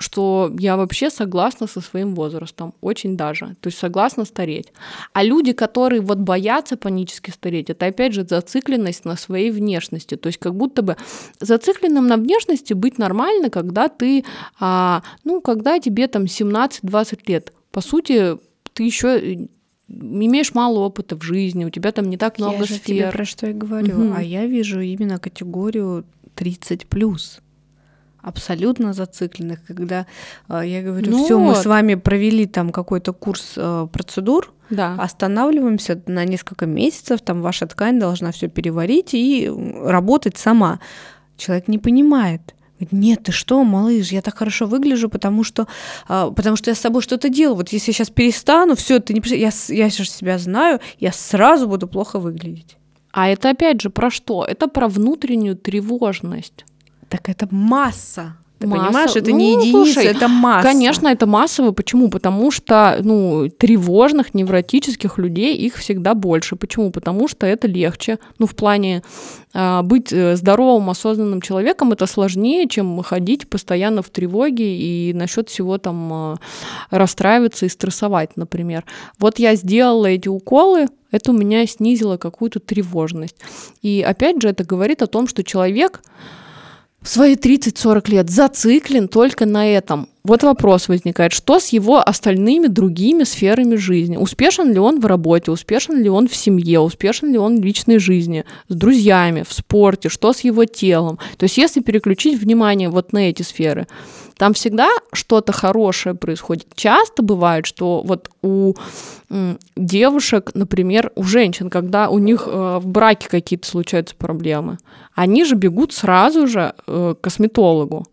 что я вообще согласна со своим возрастом, очень даже, то есть согласна стареть. А люди, которые вот боятся панически стареть, это опять же зацикленность на своей внешности, то есть как будто бы зацикленным на внешности быть нормально, когда ты, когда тебе там 17-20 лет, по сути, ты еще имеешь мало опыта в жизни, у тебя там не так много сфер. Я же тебе про что и говорю, а я вижу именно категорию 30+. Абсолютно зацикленных, когда я говорю, все, мы с вами провели там какой-то курс процедур, останавливаемся на несколько месяцев, там ваша ткань должна все переварить и работать сама. Человек не понимает. Говорит, нет, ты что, малыш, я так хорошо выгляжу, потому что я с собой что-то делаю. Вот если я сейчас перестану, все, ты не я сейчас себя знаю, я сразу буду плохо выглядеть. А это опять же про что? Это про внутреннюю тревожность. Так это масса. Ты понимаешь, это не единица, это масса. Конечно, это массово. Почему? Потому что тревожных, невротических людей их всегда больше. Почему? Потому что это легче. В плане быть здоровым, осознанным человеком это сложнее, чем ходить постоянно в тревоге и насчет всего там расстраиваться и стрессовать, например. Вот я сделала эти уколы, это у меня снизило какую-то тревожность. И опять же, это говорит о том, что человек в свои 30-40 лет зациклен только на этом. Вот вопрос возникает, что с его остальными другими сферами жизни? Успешен ли он в работе, успешен ли он в семье, успешен ли он в личной жизни, с друзьями, в спорте, что с его телом? То есть если переключить внимание вот на эти сферы, там всегда что-то хорошее происходит. Часто бывает, что вот у девушек, например, у женщин, когда у них в браке какие-то случаются проблемы, они же бегут сразу же к косметологу.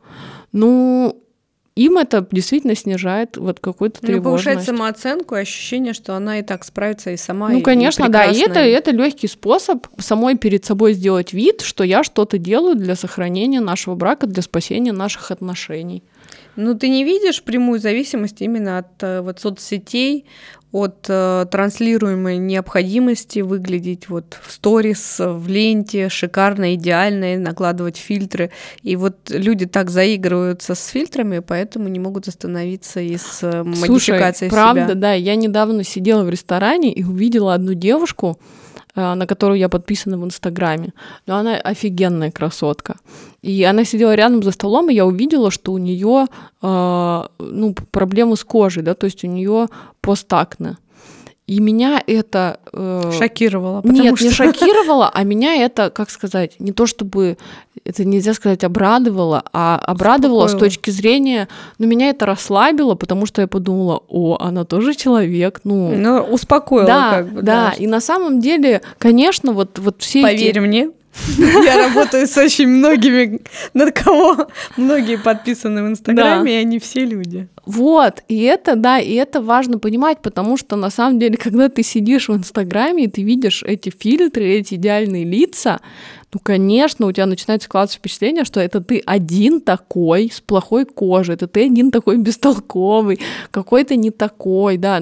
Им это действительно снижает вот какую-то тревожность. Повышает самооценку и ощущение, что она и так справится и сама. Конечно, да. И это легкий способ самой перед собой сделать вид, что я что-то делаю для сохранения нашего брака, для спасения наших отношений. Ты не видишь прямую зависимость именно от соцсетей, от транслируемой необходимости выглядеть вот в сторис, в ленте, шикарно, идеально, накладывать фильтры. И вот люди так заигрываются с фильтрами, поэтому не могут остановиться и с модификацией себя. Правда, да. Я недавно сидела в ресторане и увидела одну девушку, на которую я подписана в Инстаграме. Но она офигенная красотка. И она сидела рядом за столом, и я увидела, что у нее проблемы с кожей, да, то есть у нее постакне. И меня это... шокировало. Не шокировало, а меня это, как сказать, не то чтобы, это нельзя сказать обрадовало, а обрадовало с точки зрения, меня это расслабило, потому что я подумала, она тоже человек. Успокоила как бы. Да, и на самом деле, конечно, вот все Поверь мне. Я работаю с очень многими, на кого многие подписаны в Инстаграме, и они все люди. Вот, и это важно понимать, потому что на самом деле, когда ты сидишь в Инстаграме, и ты видишь эти фильтры, эти идеальные лица, конечно, у тебя начинает складываться впечатление, что это ты один такой с плохой кожей, это ты один такой бестолковый, какой-то не такой, да,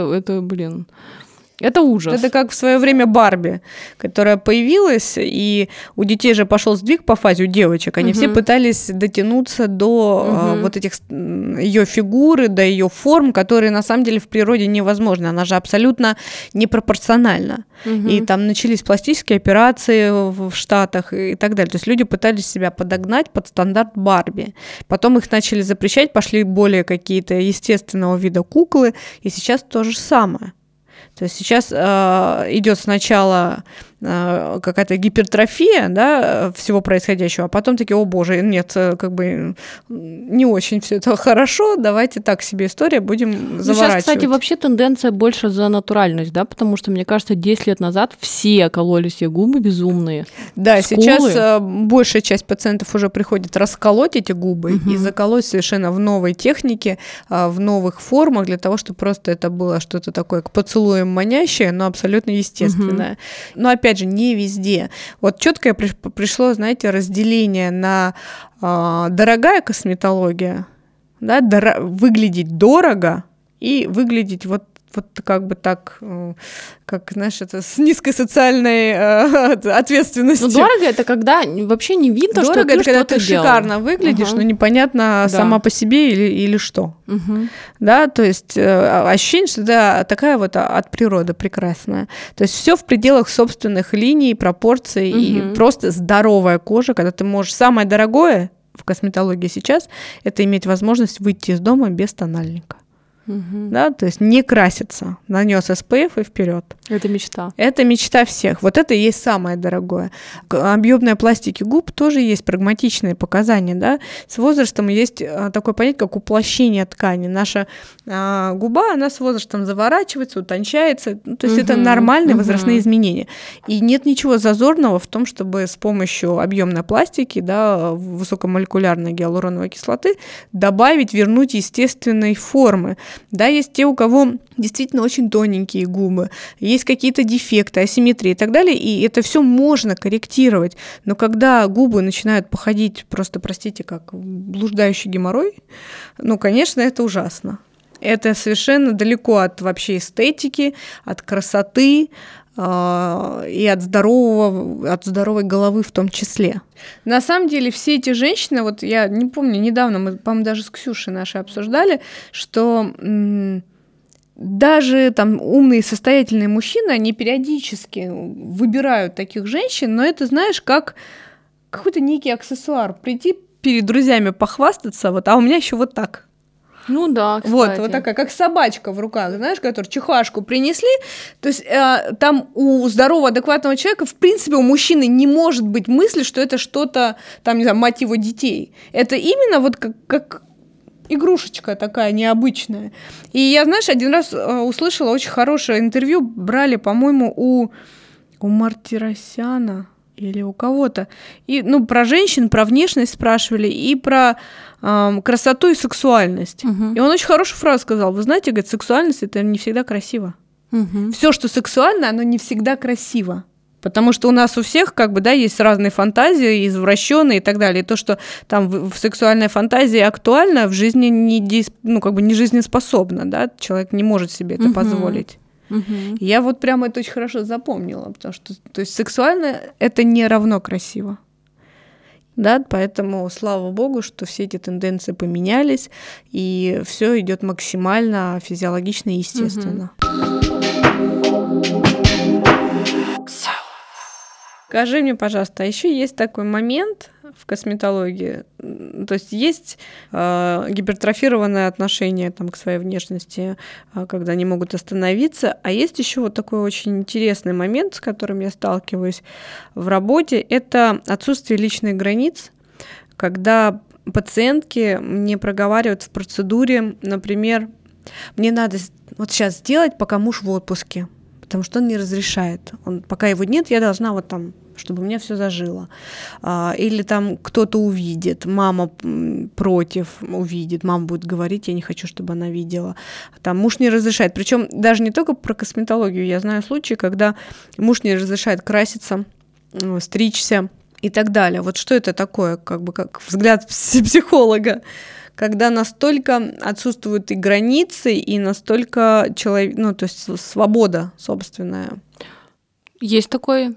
это ужас. Это как в свое время Барби, которая появилась, и у детей же пошел сдвиг по фазе, у девочек. Они все пытались дотянуться до вот этих ее фигуры, до ее форм, которые на самом деле в природе невозможны. Она же абсолютно непропорциональна. И там начались пластические операции в Штатах и так далее. То есть люди пытались себя подогнать под стандарт Барби. Потом их начали запрещать, пошли более какие-то естественного вида куклы, и сейчас то же самое. То есть сейчас идет сначала какая-то гипертрофия, да, всего происходящего, а потом такие, о боже, нет, как бы не очень все это хорошо, давайте так себе история будем заворачивать. Сейчас, кстати, вообще тенденция больше за натуральность, да, потому что, мне кажется, 10 лет назад все кололи себе губы безумные. Да, сейчас большая часть пациентов уже приходит расколоть эти губы и заколоть совершенно в новой технике, в новых формах, для того, чтобы просто это было что-то такое к поцелуям манящее, но абсолютно естественное. Но опять же, не везде. Вот четкое пришло, знаете, разделение на дорогая косметология, да, выглядеть дорого и выглядеть вот вот как бы так, как, знаешь, это с низкой социальной ответственностью. Ну, дорого это когда вообще не видно, дорого что ты это когда что-то ты делал. шикарно выглядишь, но непонятно сама по себе или что. Да, то есть ощущение, что да, такая вот от природы прекрасная. То есть все в пределах собственных линий, пропорций и просто здоровая кожа, когда ты можешь... Самое дорогое в косметологии сейчас — это иметь возможность выйти из дома без тональника. Да, то есть не краситься, нанес SPF и вперед. Это мечта. Это мечта всех. Вот это и есть самое дорогое. Объемной пластики губ тоже есть прагматичные показания, да. С возрастом есть такое понятие, как уплощение ткани. Наша губа, она с возрастом заворачивается, утончается. Ну, то есть это нормальные возрастные изменения. И нет ничего зазорного в том, чтобы с помощью объемной пластики, да, высокомолекулярной гиалуроновой кислоты добавить, вернуть естественной формы. Да, есть те, у кого действительно очень тоненькие губы, есть какие-то дефекты, асимметрии и так далее, и это все можно корректировать. Но когда губы начинают походить просто, простите, как блуждающий геморрой, ну, конечно, это ужасно. Это совершенно далеко от вообще эстетики, от красоты, и от здоровой головы в том числе. На самом деле все эти женщины, вот я не помню, недавно мы, по-моему, даже с Ксюшей нашей обсуждали, что даже там умные состоятельные мужчины, они периодически выбирают таких женщин, но это, знаешь, как какой-то некий аксессуар. Прийти перед друзьями похвастаться, вот, а у меня еще вот так. Ну да, кстати. Вот такая, как собачка в руках, знаешь, которую чехашку принесли. То есть там у здорового, адекватного человека, в принципе, у мужчины не может быть мысли, что это что-то, там, не знаю, мать его детей. Это именно вот как игрушечка такая необычная. И я, знаешь, один раз услышала очень хорошее интервью, брали, по-моему, у Мартиросяна или у кого-то. И, ну, про женщин, про внешность спрашивали, и про красоту и сексуальность. И он очень хорошую фразу сказал. Вы знаете, говорит, сексуальность — это не всегда красиво. Все, что сексуально, оно не всегда красиво. Потому что у нас у всех, как бы, да, есть разные фантазии, извращенные и так далее. И то, что там в сексуальной фантазии актуально, в жизни не жизнеспособно, да, человек не может себе это позволить. Я вот прямо это очень хорошо запомнила, потому что, то есть, сексуально это не равно красиво. Да, поэтому слава богу, что все эти тенденции поменялись, и все идет максимально физиологично и естественно. Скажи мне, пожалуйста, а еще есть такой момент в косметологии, то есть гипертрофированное отношение там, к своей внешности, когда не могут остановиться, а есть еще вот такой очень интересный момент, с которым я сталкиваюсь в работе, это отсутствие личных границ, когда пациентки мне проговаривают в процедуре, например, мне надо вот сейчас сделать, пока муж в отпуске, потому что он не разрешает. Пока его нет, я должна вот там, чтобы у меня все зажило. Или там кто-то увидит, мама против увидит, мама будет говорить, я не хочу, чтобы она видела. Там муж не разрешает. Причем даже не только про косметологию. Я знаю случаи, когда муж не разрешает краситься, стричься и так далее. Вот что это такое, как бы как взгляд психолога? Когда настолько отсутствуют и границы, и настолько то есть свобода собственная. Есть такое.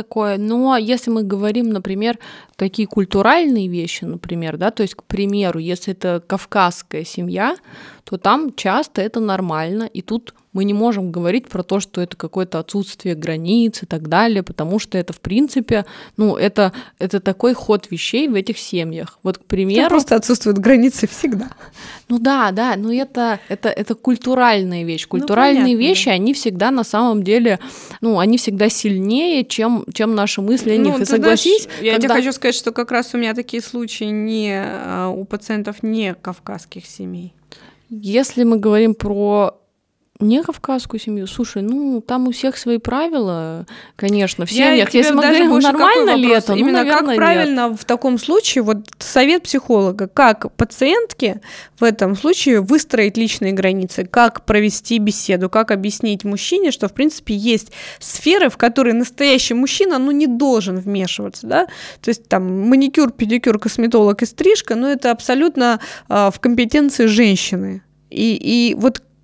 Но если мы говорим, например, такие культуральные вещи, например, да, то есть, к примеру, если это кавказская семья, то там часто это нормально, и тут мы не можем говорить про то, что это какое-то отсутствие границ и так далее, потому что это, в принципе, это такой ход вещей в этих семьях. Вот, к примеру... Там просто отсутствуют границы всегда. Ну да, но это культуральная вещь. Культуральные вещи, да. Они всегда на самом деле, они всегда сильнее, чем наши мысли о них. И согласись... Я тебе хочу сказать, что как раз у меня такие случаи у пациентов не кавказских семей. Если мы говорим про не кавказскую семью, слушай, там у всех свои правила, конечно, в семьях. Если мы говорим, нормально ли это, именно наверное, как правильно нет. В таком случае, вот совет психолога, как пациентке в этом случае выстроить личные границы, как провести беседу, как объяснить мужчине, что, в принципе, есть сферы, в которые настоящий мужчина, не должен вмешиваться, да, то есть там маникюр, педикюр, косметолог и стрижка, это абсолютно в компетенции женщины. И вот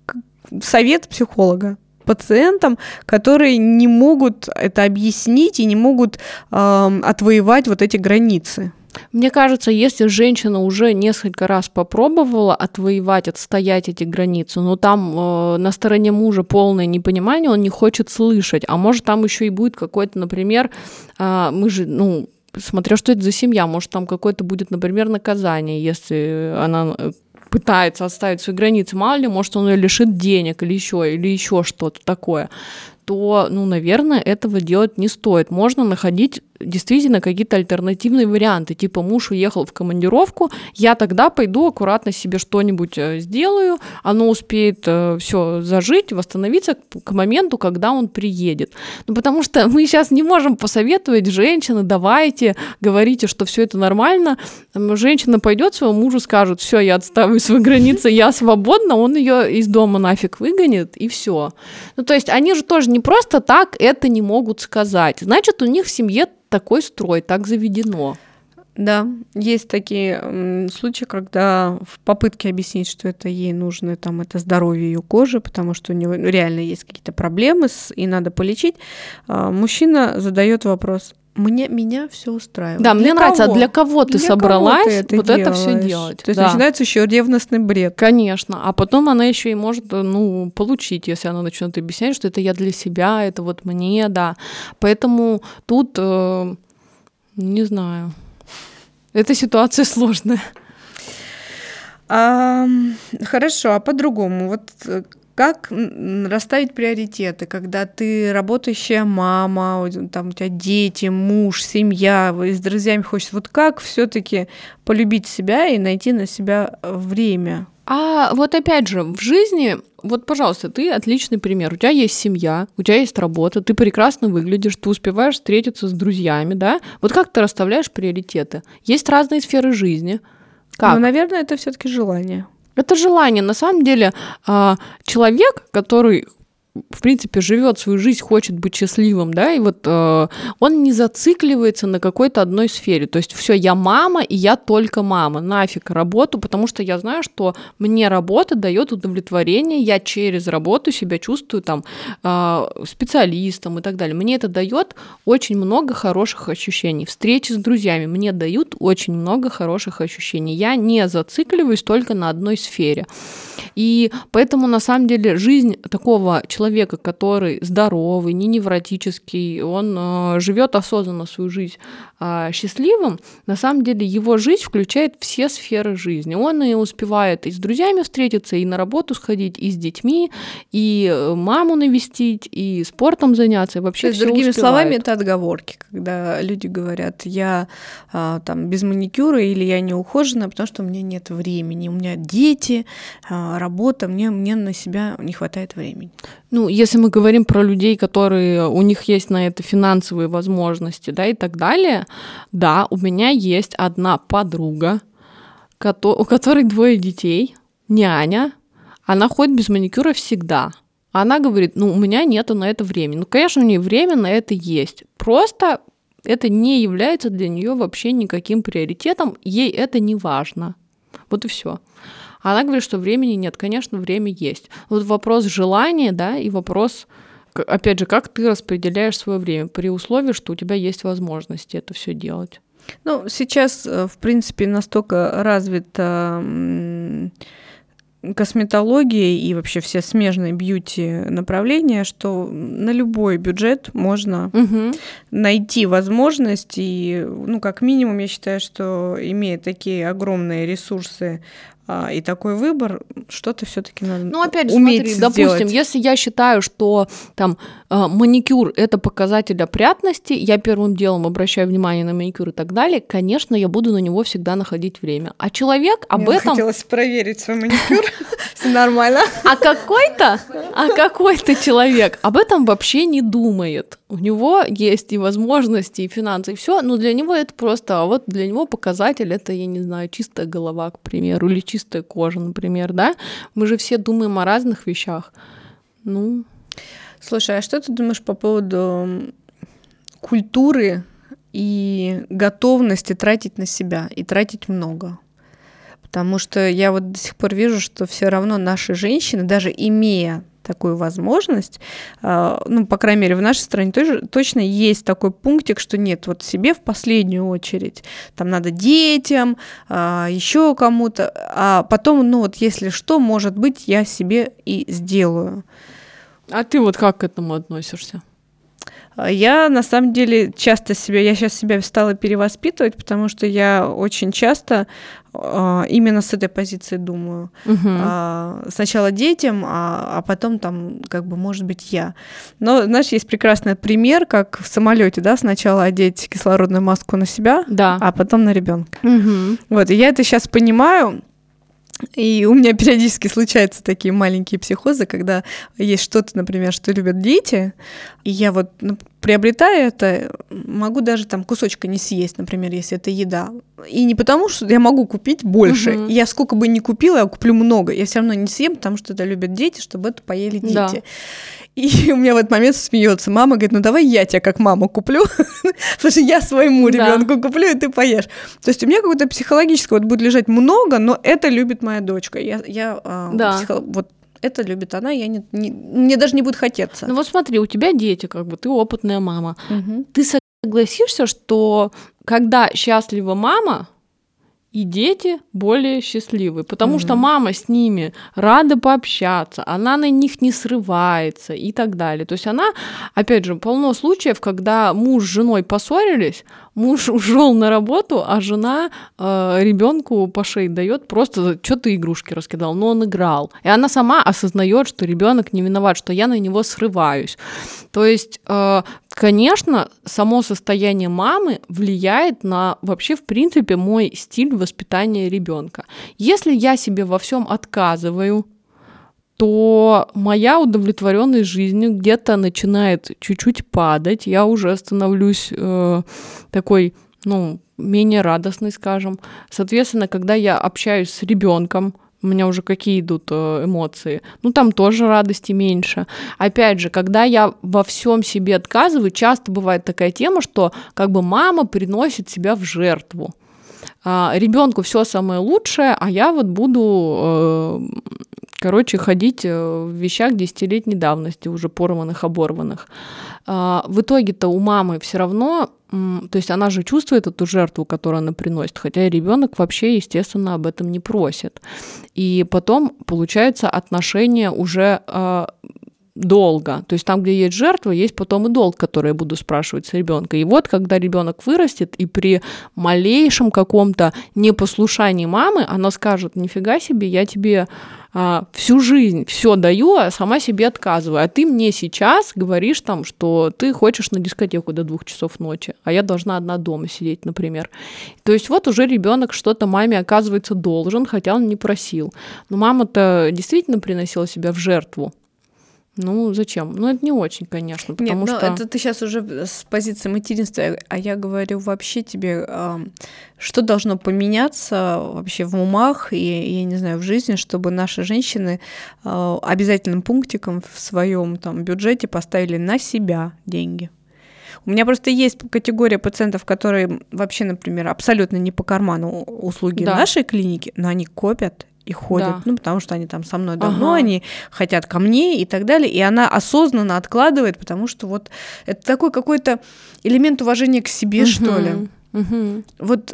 совет психолога пациентам, которые не могут это объяснить и не могут отвоевать вот эти границы? Мне кажется, если женщина уже несколько раз попробовала отвоевать, отстоять эти границы, но там на стороне мужа полное непонимание, он не хочет слышать, а может там еще и будет какой-то, например, мы же, смотря что это за семья, может там какое-то будет, например, наказание, если она пытается отставить свои границы, мало ли, может он ее лишит денег или еще что-то такое, то, наверное, этого делать не стоит. Можно находить действительно какие-то альтернативные варианты, типа муж уехал в командировку, я тогда пойду аккуратно себе что-нибудь сделаю, оно успеет все зажить, восстановиться к моменту, когда он приедет. Потому что мы сейчас не можем посоветовать женщине, давайте, говорите, что все это нормально. Женщина пойдет своему мужу, скажет, все, я отставлю свои границы, я свободна, он ее из дома нафиг выгонит, и все. То есть они же тоже не просто так это не могут сказать. Значит, у них в семье такой строй, так заведено. Да, есть такие случаи, когда в попытке объяснить, что это ей нужно, это здоровье ее кожи, потому что у него реально есть какие-то проблемы и надо полечить, мужчина задает вопрос: меня все устраивает. Да, мне нравится, а для кого ты собралась это все делать? То есть начинается еще ревностный бред. Конечно, а потом она еще и может, получить, если она начнет объяснять, что это я для себя, это вот мне, да. Поэтому тут, не знаю, эта ситуация сложная. Хорошо, а по-другому, вот как расставить приоритеты, когда ты работающая мама, там у тебя дети, муж, семья, вы с друзьями хочется, вот как все-таки полюбить себя и найти на себя время? А вот опять же, в жизни, вот, пожалуйста, ты отличный пример. У тебя есть семья, у тебя есть работа, ты прекрасно выглядишь, ты успеваешь встретиться с друзьями, да? Вот как ты расставляешь приоритеты? Есть разные сферы жизни. Как? Наверное, это все-таки желание. Это желание. На самом деле, человек, который, в принципе, живет свою жизнь, хочет быть счастливым, да, и вот он не зацикливается на какой-то одной сфере. То есть все, я мама, и я только мама. Нафиг работу, потому что я знаю, что мне работа дает удовлетворение, я через работу себя чувствую там специалистом и так далее. Мне это дает очень много хороших ощущений. Встречи с друзьями мне дают очень много хороших ощущений. Я не зацикливаюсь только на одной сфере. И поэтому, на самом деле, жизнь такого человека, который здоровый, не невротический, он живет осознанно свою жизнь счастливым, на самом деле его жизнь включает все сферы жизни. Он и успевает и с друзьями встретиться, и на работу сходить, и с детьми, и маму навестить, и спортом заняться, и вообще все другими успевает. Словами, это отговорки, когда люди говорят: я без маникюра или я не ухоженная, потому что у меня нет времени, у меня дети, работа, мне на себя не хватает времени. Если мы говорим про людей, которые у них есть на это финансовые возможности, да, и так далее, да, у меня есть одна подруга, у которой 2 детей, няня, она ходит без маникюра всегда. Она говорит, у меня нету на это времени. Конечно, у нее время на это есть. Просто это не является для нее вообще никаким приоритетом, ей это не важно. Вот и все. Она говорит, что времени нет. Конечно, время есть. Вот вопрос желания, да, и вопрос, опять же, как ты распределяешь свое время при условии, что у тебя есть возможности это все делать. Сейчас, в принципе, настолько развита косметология и вообще все смежные бьюти-направления, что на любой бюджет можно найти возможность. И, как минимум, я считаю, что, имея такие огромные ресурсы и такой выбор, что-то все-таки надо опять же, уметь смотри, допустим, если я считаю, что там маникюр – это показатель опрятности, я первым делом обращаю внимание на маникюр и так далее, конечно, я буду на него всегда находить время. А человек об этом… хотелось проверить свой маникюр, все нормально. А какой-то человек об этом вообще не думает. У него есть и возможности, и финансы, и все, но для него это просто, а вот для него показатель – это, я не знаю, чистая голова, к примеру, или чистая кожа, например, да? Мы же все думаем о разных вещах. Слушай, а что ты думаешь по поводу культуры и готовности тратить на себя, и тратить много? Потому что я вот до сих пор вижу, что все равно наши женщины, даже имея такую возможность, ну, по крайней мере, в нашей стране тоже, точно есть такой пунктик, что нет, вот себе в последнюю очередь, там надо детям, еще кому-то, а потом, ну, вот если что, может быть, я себе и сделаю. А ты вот как к этому относишься? Я, на самом деле, часто я сейчас себя стала перевоспитывать, потому что я очень часто именно с этой позиции думаю. Сначала детям, а потом там, как бы, может быть, я. Но, знаешь, есть прекрасный пример, как в самолете, да, сначала одеть кислородную маску на себя, а потом на ребенка. Вот, и я это сейчас понимаю. И у меня периодически случаются такие маленькие психозы, когда есть что-то, например, что любят дети, и я вот приобретаю это, могу даже там кусочка не съесть, например, если это еда. И не потому, что я могу купить больше. Я сколько бы ни купила, я куплю много. Я все равно не съем, потому что это любят дети, чтобы это поели дети. Да. И у меня в этот момент смеется мама, говорит, ну давай я тебя как мама куплю, потому что я своему ребенку куплю, и ты поешь. То есть у меня какое-то психологическое вот будет лежать много, но это любит моя дочка. Вот это любит она, мне даже не будет хотеться. Ну вот смотри, у тебя дети, как бы ты опытная мама. Ты согласишься, что когда счастлива мама, и дети более счастливы, потому что мама с ними рада пообщаться, она на них не срывается и так далее. То есть она, опять же, полно случаев, когда муж с женой поссорились, муж ушел на работу, а жена ребенку по шее дает просто, что ты игрушки раскидал, но он играл. И она сама осознает, что ребенок не виноват, что я на него срываюсь. То есть, конечно, само состояние мамы влияет на вообще, в принципе, мой стиль воспитания ребенка. Если я себе во всем отказываю, то моя удовлетворенность жизнью где-то начинает чуть-чуть падать, я уже становлюсь такой, менее радостной, скажем. Соответственно, когда я общаюсь с ребенком, у меня уже какие идут эмоции, там тоже радости меньше. Опять же, когда я во всем себе отказываю, часто бывает такая тема, что как бы мама приносит себя в жертву. Ребенку все самое лучшее, а я вот буду, ходить в вещах 10-летней давности, уже порванных, оборванных. В итоге-то у мамы все равно, то есть она же чувствует эту жертву, которую она приносит, хотя ребенок вообще, естественно, об этом не просит. И потом, получается, отношения уже долго. То есть там, где есть жертва, есть потом и долг, который я буду спрашивать с ребенка. И вот, когда ребенок вырастет, и при малейшем каком-то непослушании мамы, она скажет: нифига себе, я тебе всю жизнь все даю, а сама себе отказываю. А ты мне сейчас говоришь там, что ты хочешь на дискотеку до 2 часов ночи, а я должна одна дома сидеть, например. То есть вот уже ребенок что-то маме, оказывается, должен, хотя он не просил. Но мама-то действительно приносила себя в жертву. Зачем? Это не очень, конечно, потому что... это ты сейчас уже с позиции материнства, а я говорю вообще тебе, что должно поменяться вообще в умах и, я не знаю, в жизни, чтобы наши женщины обязательным пунктиком в своем бюджете поставили на себя деньги. У меня просто есть категория пациентов, которые вообще, например, абсолютно не по карману услуги нашей клиники, но они копят и ходят, потому что они там со мной давно, они хотят ко мне и так далее, и она осознанно откладывает, потому что вот это такой какой-то элемент уважения к себе, что ли. Вот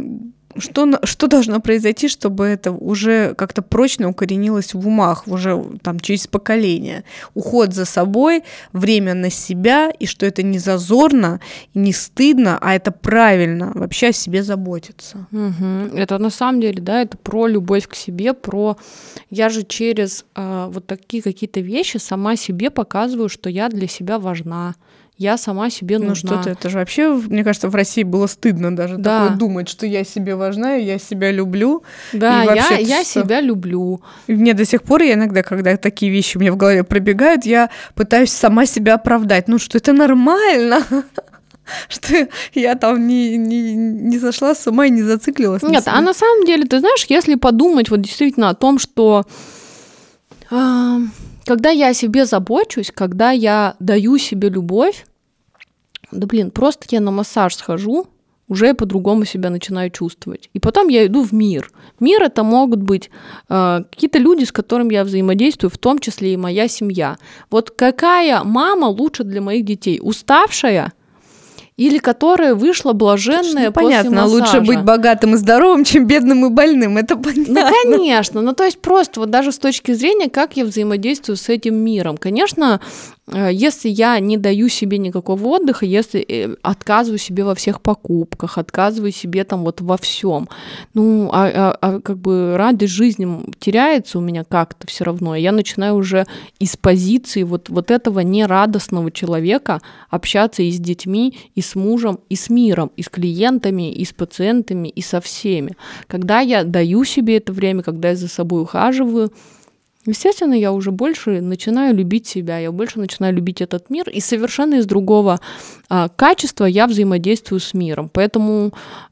что должно произойти, чтобы это уже как-то прочно укоренилось в умах, уже через поколение? Уход за собой, время на себя, и что это не зазорно, и не стыдно, а это правильно, вообще о себе заботиться. Это на самом деле, это про любовь к себе, я же через вот такие какие-то вещи сама себе показываю, что я для себя важна. Я сама себе нужна. Это же вообще, мне кажется, в России было стыдно даже такое думать, что я себе важна, я себя люблю. Да, я себя люблю. И мне до сих пор, иногда, когда такие вещи у меня в голове пробегают, я пытаюсь сама себя оправдать. Что это нормально, что я там не сошла с ума и не зациклилась. Нет, а на самом деле, ты знаешь, если подумать вот действительно о том, что... Когда я о себе забочусь, когда я даю себе любовь, просто я на массаж схожу, уже я по-другому себя начинаю чувствовать. И потом я иду в мир. Мир — это могут быть какие-то люди, с которыми я взаимодействую, в том числе и моя семья. Вот какая мама лучше для моих детей? Уставшая или которая вышла блаженная после массажа? Понятно, лучше быть богатым и здоровым, чем бедным и больным, это понятно. Ну, конечно, ну, то есть просто вот даже с точки зрения, как я взаимодействую с этим миром. Конечно, если я не даю себе никакого отдыха, если отказываю себе во всех покупках, отказываю себе там вот во всем, ну, как бы радость жизни теряется у меня как-то все равно, и я начинаю уже из позиции вот этого нерадостного человека общаться и с детьми, и с мужем, и с миром, и с клиентами, и с пациентами, и со всеми. Когда я даю себе это время, когда я за собой ухаживаю, естественно, я уже больше начинаю любить себя, я больше начинаю любить этот мир, и совершенно из другого качества я взаимодействую с миром. Поэтому,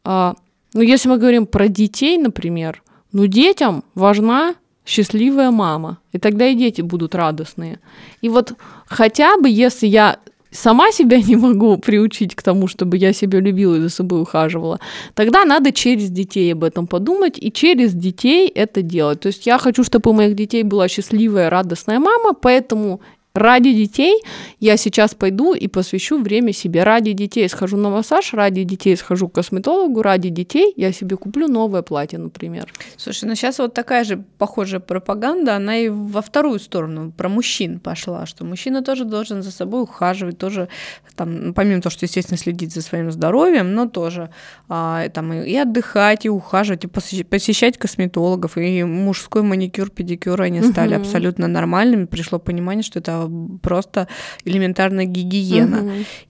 если мы говорим про детей, например, детям важна счастливая мама, и тогда и дети будут радостные. И вот хотя бы, если я сама себя не могу приучить к тому, чтобы я себя любила и за собой ухаживала, тогда надо через детей об этом подумать и через детей это делать. То есть я хочу, чтобы у моих детей была счастливая, радостная мама, поэтому ради детей я сейчас пойду и посвящу время себе. Ради детей схожу на массаж, ради детей схожу к косметологу, ради детей я себе куплю новое платье, например. Слушай, ну сейчас вот такая же похожая пропаганда, она и во вторую сторону, про мужчин пошла, что мужчина тоже должен за собой ухаживать, тоже там, помимо того, что, естественно, следить за своим здоровьем, но тоже там и отдыхать, и ухаживать, и посещать косметологов, и мужской маникюр, педикюр, они стали абсолютно нормальными, пришло понимание, что это просто элементарная гигиена.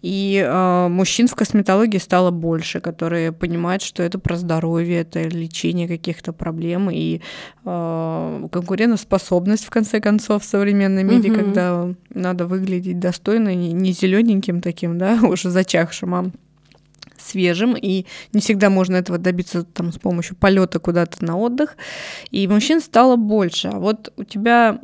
И мужчин в косметологии стало больше, которые понимают, что это про здоровье, это лечение каких-то проблем и конкурентоспособность, в конце концов, в современном мире, когда надо выглядеть достойно, не зелененьким таким, да, уже зачахшим, а свежим, и не всегда можно этого добиться там, с помощью полета куда-то на отдых. И мужчин стало больше. А вот у тебя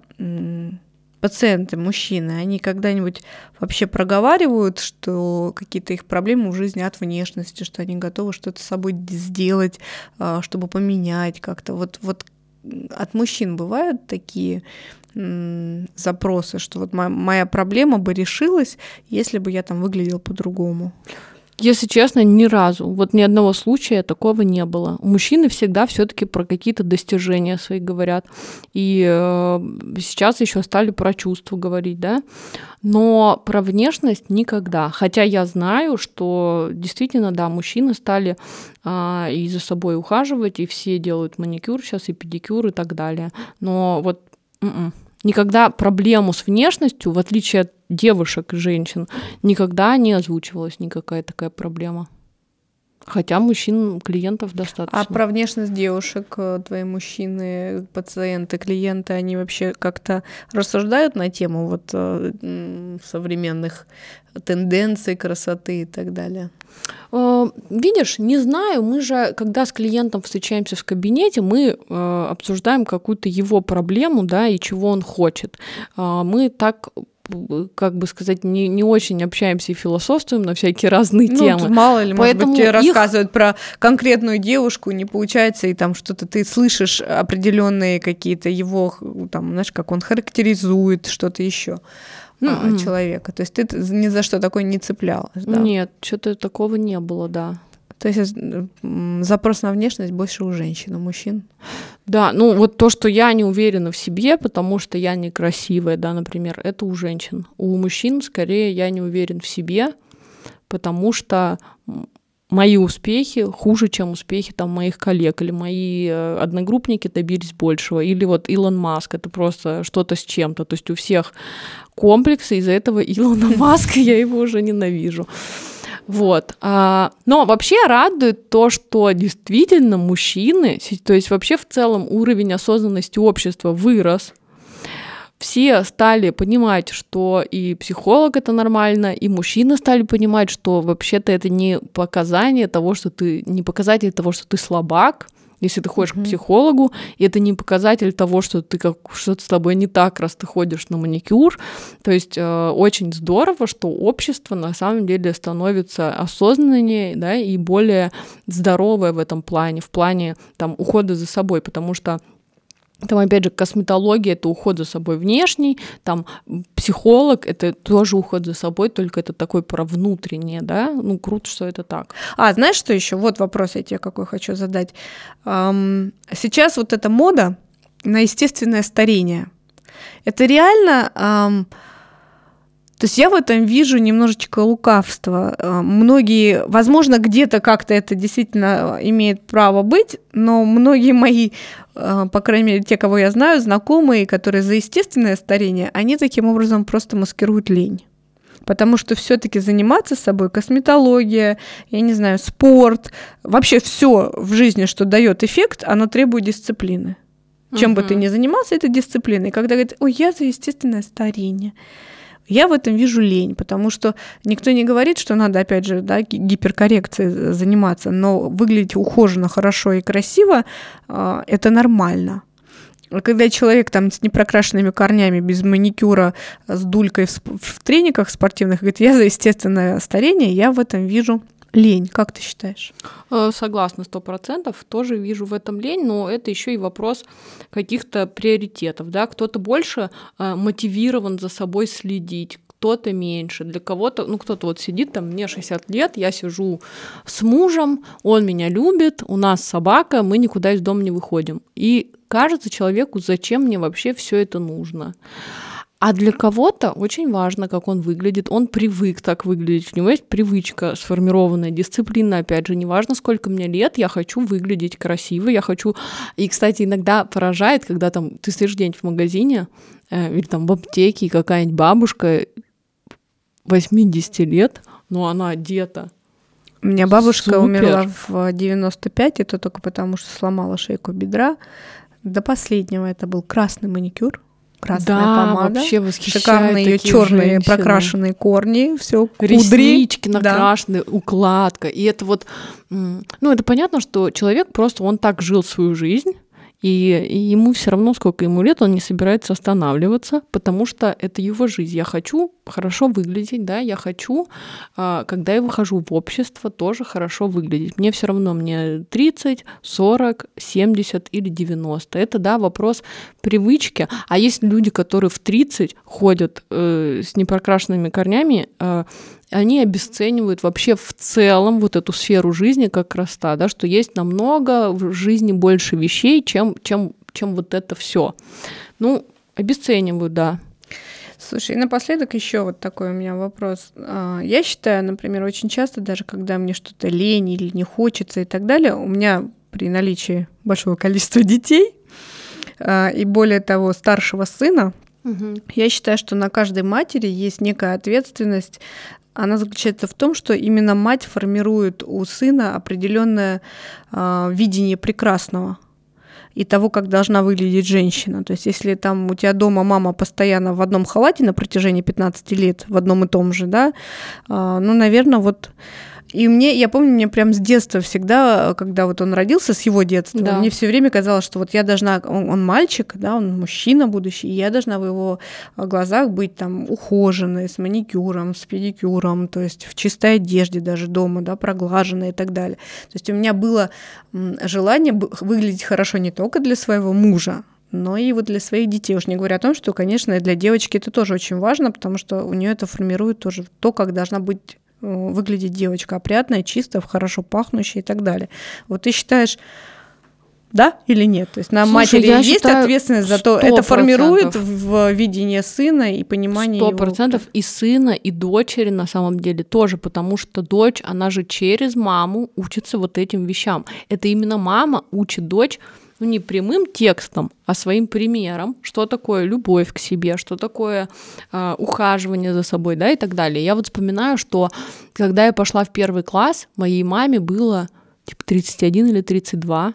пациенты, мужчины, они когда-нибудь вообще проговаривают, что какие-то их проблемы в жизни от внешности, что они готовы что-то с собой сделать, чтобы поменять как-то? Вот от мужчин бывают такие запросы, что вот моя проблема бы решилась, если бы я там выглядел по-другому? Если честно, ни разу. Вот ни одного случая такого не было. Мужчины всегда все-таки про какие-то достижения свои говорят. И сейчас еще стали про чувства говорить, да. Но про внешность никогда. Хотя я знаю, что действительно, да, мужчины стали и за собой ухаживать, и все делают маникюр сейчас, и педикюр, и так далее. Но вот никогда проблему с внешностью, в отличие от девушек и женщин, никогда не озвучивалась никакая такая проблема. Хотя мужчин, клиентов достаточно. А про внешность девушек твои мужчины, пациенты, клиенты, они вообще как-то рассуждают на тему вот современных тенденций красоты и так далее? Видишь, не знаю, мы же, когда с клиентом встречаемся в кабинете, мы обсуждаем какую-то его проблему, да, и чего он хочет. Мы так, как бы сказать, не очень общаемся и философствуем на всякие разные темы. Мало ли, поэтому может быть, тебе рассказывают про конкретную девушку, не получается, и там что-то ты слышишь определенные какие-то его, там, знаешь, как он характеризует, что-то еще человека. То есть ты ни за что такое не цеплялась, да? Нет, что-то такого не было, да. То есть запрос на внешность больше у женщин, у мужчин? Да, ну вот то, что я не уверена в себе, потому что я некрасивая, да, например, это у женщин. У мужчин скорее я не уверен в себе, потому что мои успехи хуже, чем успехи там моих коллег, или мои одногруппники добились большего, или вот Илон Маск, это просто что-то с чем-то, то есть у всех комплексы, из-за этого Илона Маска я его уже ненавижу. Вот. Но вообще радует то, что действительно мужчины, то есть вообще в целом уровень осознанности общества вырос. Все стали понимать, что и психолог это нормально, и мужчины стали понимать, что вообще-то это не показатель того, что ты слабак, Если ты ходишь к психологу, и это не показатель того, что что-то с тобой не так, раз ты ходишь на маникюр. То есть очень здорово, что общество на самом деле становится осознаннее, да, и более здоровое в этом плане, в плане там, ухода за собой, потому что там, опять же, косметология — это уход за собой внешний, там психолог — это тоже уход за собой, только это такой про внутреннее, да, ну, круто, что это так. Знаешь, что еще? Вот вопрос я тебе какой хочу задать. Сейчас вот эта мода на естественное старение, это реально... То есть я в этом вижу немножечко лукавства. Многие, возможно, где-то как-то это действительно имеет право быть, но многие мои, по крайней мере, те, кого я знаю, знакомые, которые за естественное старение, они таким образом просто маскируют лень. Потому что все-таки заниматься собой, косметология, я не знаю, спорт, вообще все в жизни, что дает эффект, оно требует дисциплины. Чем бы ты ни занимался, это дисциплина. И когда говорят, ой, я за естественное старение, я в этом вижу лень, потому что никто не говорит, что надо, опять же, да, гиперкоррекцией заниматься, но выглядеть ухоженно, хорошо и красиво это нормально. Когда человек там с непрокрашенными корнями, без маникюра, с дулькой в трениках спортивных, говорит, я за естественное старение, я в этом вижу лень. Как ты считаешь? Согласна, 100%. Тоже вижу в этом лень, но это еще и вопрос каких-то приоритетов. Да? Кто-то больше мотивирован за собой следить, кто-то меньше. Для кого-то, кто-то вот сидит, там, мне 60 лет, я сижу с мужем, он меня любит, у нас собака, мы никуда из дома не выходим. И кажется человеку, зачем мне вообще все это нужно. А для кого-то очень важно, как он выглядит. Он привык так выглядеть. У него есть привычка сформированная, дисциплина. Опять же, неважно, сколько мне лет, я хочу выглядеть красиво, я хочу... И, кстати, иногда поражает, когда там ты стоишь где-нибудь в магазине или там в аптеке, и какая-нибудь бабушка 80 лет, но она одета. У меня бабушка умерла в 95, это только потому, что сломала шейку бедра. До последнего это был красный маникюр. Красная помада, шикарные ее черные прокрашенные корни, все кудри, реснички накрашенные, да. Укладка. И это вот, это понятно, что человек просто, он так жил свою жизнь, и ему все равно, сколько ему лет, он не собирается останавливаться, потому что это его жизнь. Я хочу хорошо выглядеть, да, я хочу, когда я выхожу в общество, тоже хорошо выглядеть. Мне все равно, мне 30, 40, 70 или 90. Это, да, вопрос привычки. А есть люди, которые в 30 ходят с непрокрашенными корнями, они обесценивают вообще в целом вот эту сферу жизни как красота, да, что есть намного в жизни больше вещей, чем вот это все. Обесценивают, да. Слушай, и напоследок еще вот такой у меня вопрос. Я считаю, например, очень часто, даже когда мне что-то лень или не хочется и так далее, у меня при наличии большого количества детей и более того старшего сына, я считаю, что на каждой матери есть некая ответственность. Она заключается в том, что именно мать формирует у сына определенное видение прекрасного и того, как должна выглядеть женщина. То есть если там у тебя дома мама постоянно в одном халате на протяжении 15 лет, в одном и том же, да, наверное, вот... И я помню, мне прям с детства всегда, когда вот он родился, с его детства, да. Мне все время казалось, что вот я должна, он мальчик, да, он мужчина будущий, и я должна в его глазах быть там ухоженной, с маникюром, с педикюром, то есть в чистой одежде даже дома, да, проглаженной и так далее. То есть у меня было желание выглядеть хорошо не только для своего мужа, но и вот для своих детей. Уж не говоря о том, что, конечно, для девочки это тоже очень важно, потому что у нее это формирует тоже то, как должна выглядит девочка опрятная, чистая, хорошо пахнущая и так далее. Вот ты считаешь, да или нет? То есть на матери есть ответственность за то, это формирует в видении сына и понимание 100% его. И сына, и дочери на самом деле тоже, потому что дочь, она же через маму учится вот этим вещам. Это именно мама учит дочь не прямым текстом, а своим примером, что такое любовь к себе, что такое ухаживание за собой, да, и так далее. Я вот вспоминаю, что когда я пошла в 1 класс, моей маме было 31 или 32.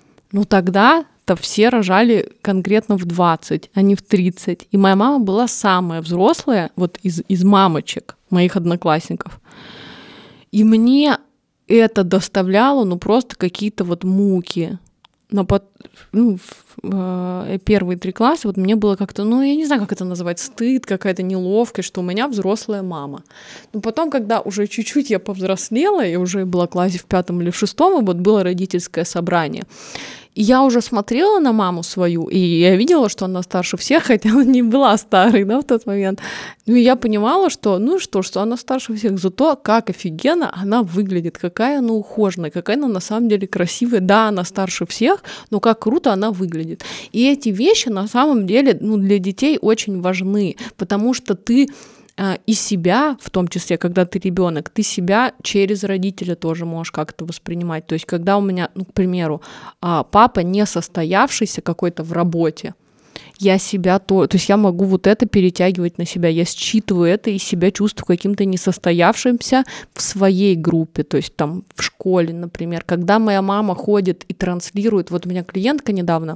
Тогда-то все рожали конкретно в 20, а не в 30. И моя мама была самая взрослая вот из мамочек, моих одноклассников. И мне это доставляло, просто какие-то вот муки. первые 3 класса вот мне было как-то, я не знаю, как это называть, стыд, какая-то неловкость, что у меня взрослая мама. Но потом, когда уже чуть-чуть я повзрослела, я уже была в классе в 5 или в 6, вот было родительское собрание. И я уже смотрела на маму свою, и я видела, что она старше всех, хотя она не была старой, в тот момент. Ну, и я понимала, что, что она старше всех, зато как офигенно она выглядит, какая она ухоженная, какая она на самом деле красивая. Да, она старше всех, но как круто она выглядит. И эти вещи на самом деле, для детей очень важны, потому что ты и себя, в том числе, когда ты ребенок, ты себя через родителя тоже можешь как-то воспринимать. То есть, когда у меня, к примеру, папа не состоявшийся какой-то в работе, я себя то есть я могу вот это перетягивать на себя, я считываю это и себя чувствую каким-то несостоявшимся в своей группе, то есть там в школе, например, когда моя мама ходит и транслирует, вот у меня клиентка недавно,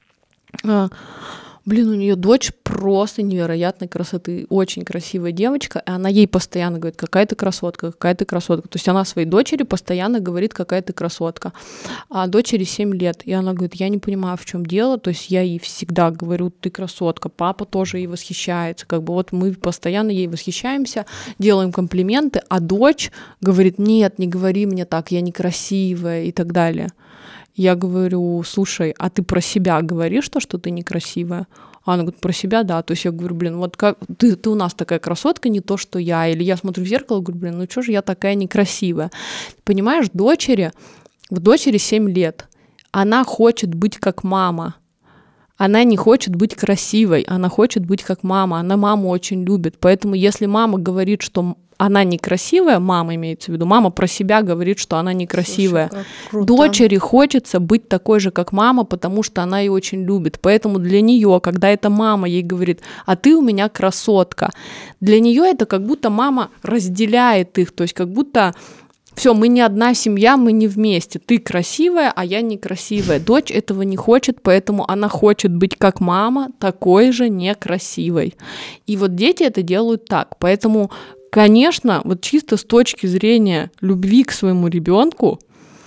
у нее дочь просто невероятной красоты, очень красивая девочка, и она ей постоянно говорит, какая ты красотка, какая ты красотка. То есть она своей дочери постоянно говорит, какая ты красотка. А дочери 7 лет, и она говорит, я не понимаю, в чем дело, то есть я ей всегда говорю, ты красотка, папа тоже ей восхищается, вот мы постоянно ей восхищаемся, делаем комплименты, а дочь говорит, нет, не говори мне так, я некрасивая и так далее. Я говорю, слушай, а ты про себя говоришь, что ты некрасивая? А она говорит, про себя, да. То есть я говорю, вот как ты у нас такая красотка, не то, что я. Или я смотрю в зеркало, говорю, что же я такая некрасивая? Понимаешь, дочери 7 лет. Она хочет быть как мама. Она не хочет быть красивой, она хочет быть как мама. Она маму очень любит. Поэтому если мама говорит, что она некрасивая, мама имеется в виду, мама про себя говорит, что она некрасивая. Слушай, дочери хочется быть такой же, как мама, потому что она ее очень любит. Поэтому для нее, когда эта мама ей говорит, а ты у меня красотка, для нее это как будто мама разделяет их, то есть как будто все, мы не одна семья, мы не вместе. Ты красивая, а я некрасивая. Дочь этого не хочет, поэтому она хочет быть как мама, такой же некрасивой. И вот дети это делают так. Поэтому, конечно, вот чисто с точки зрения любви к своему ребенку,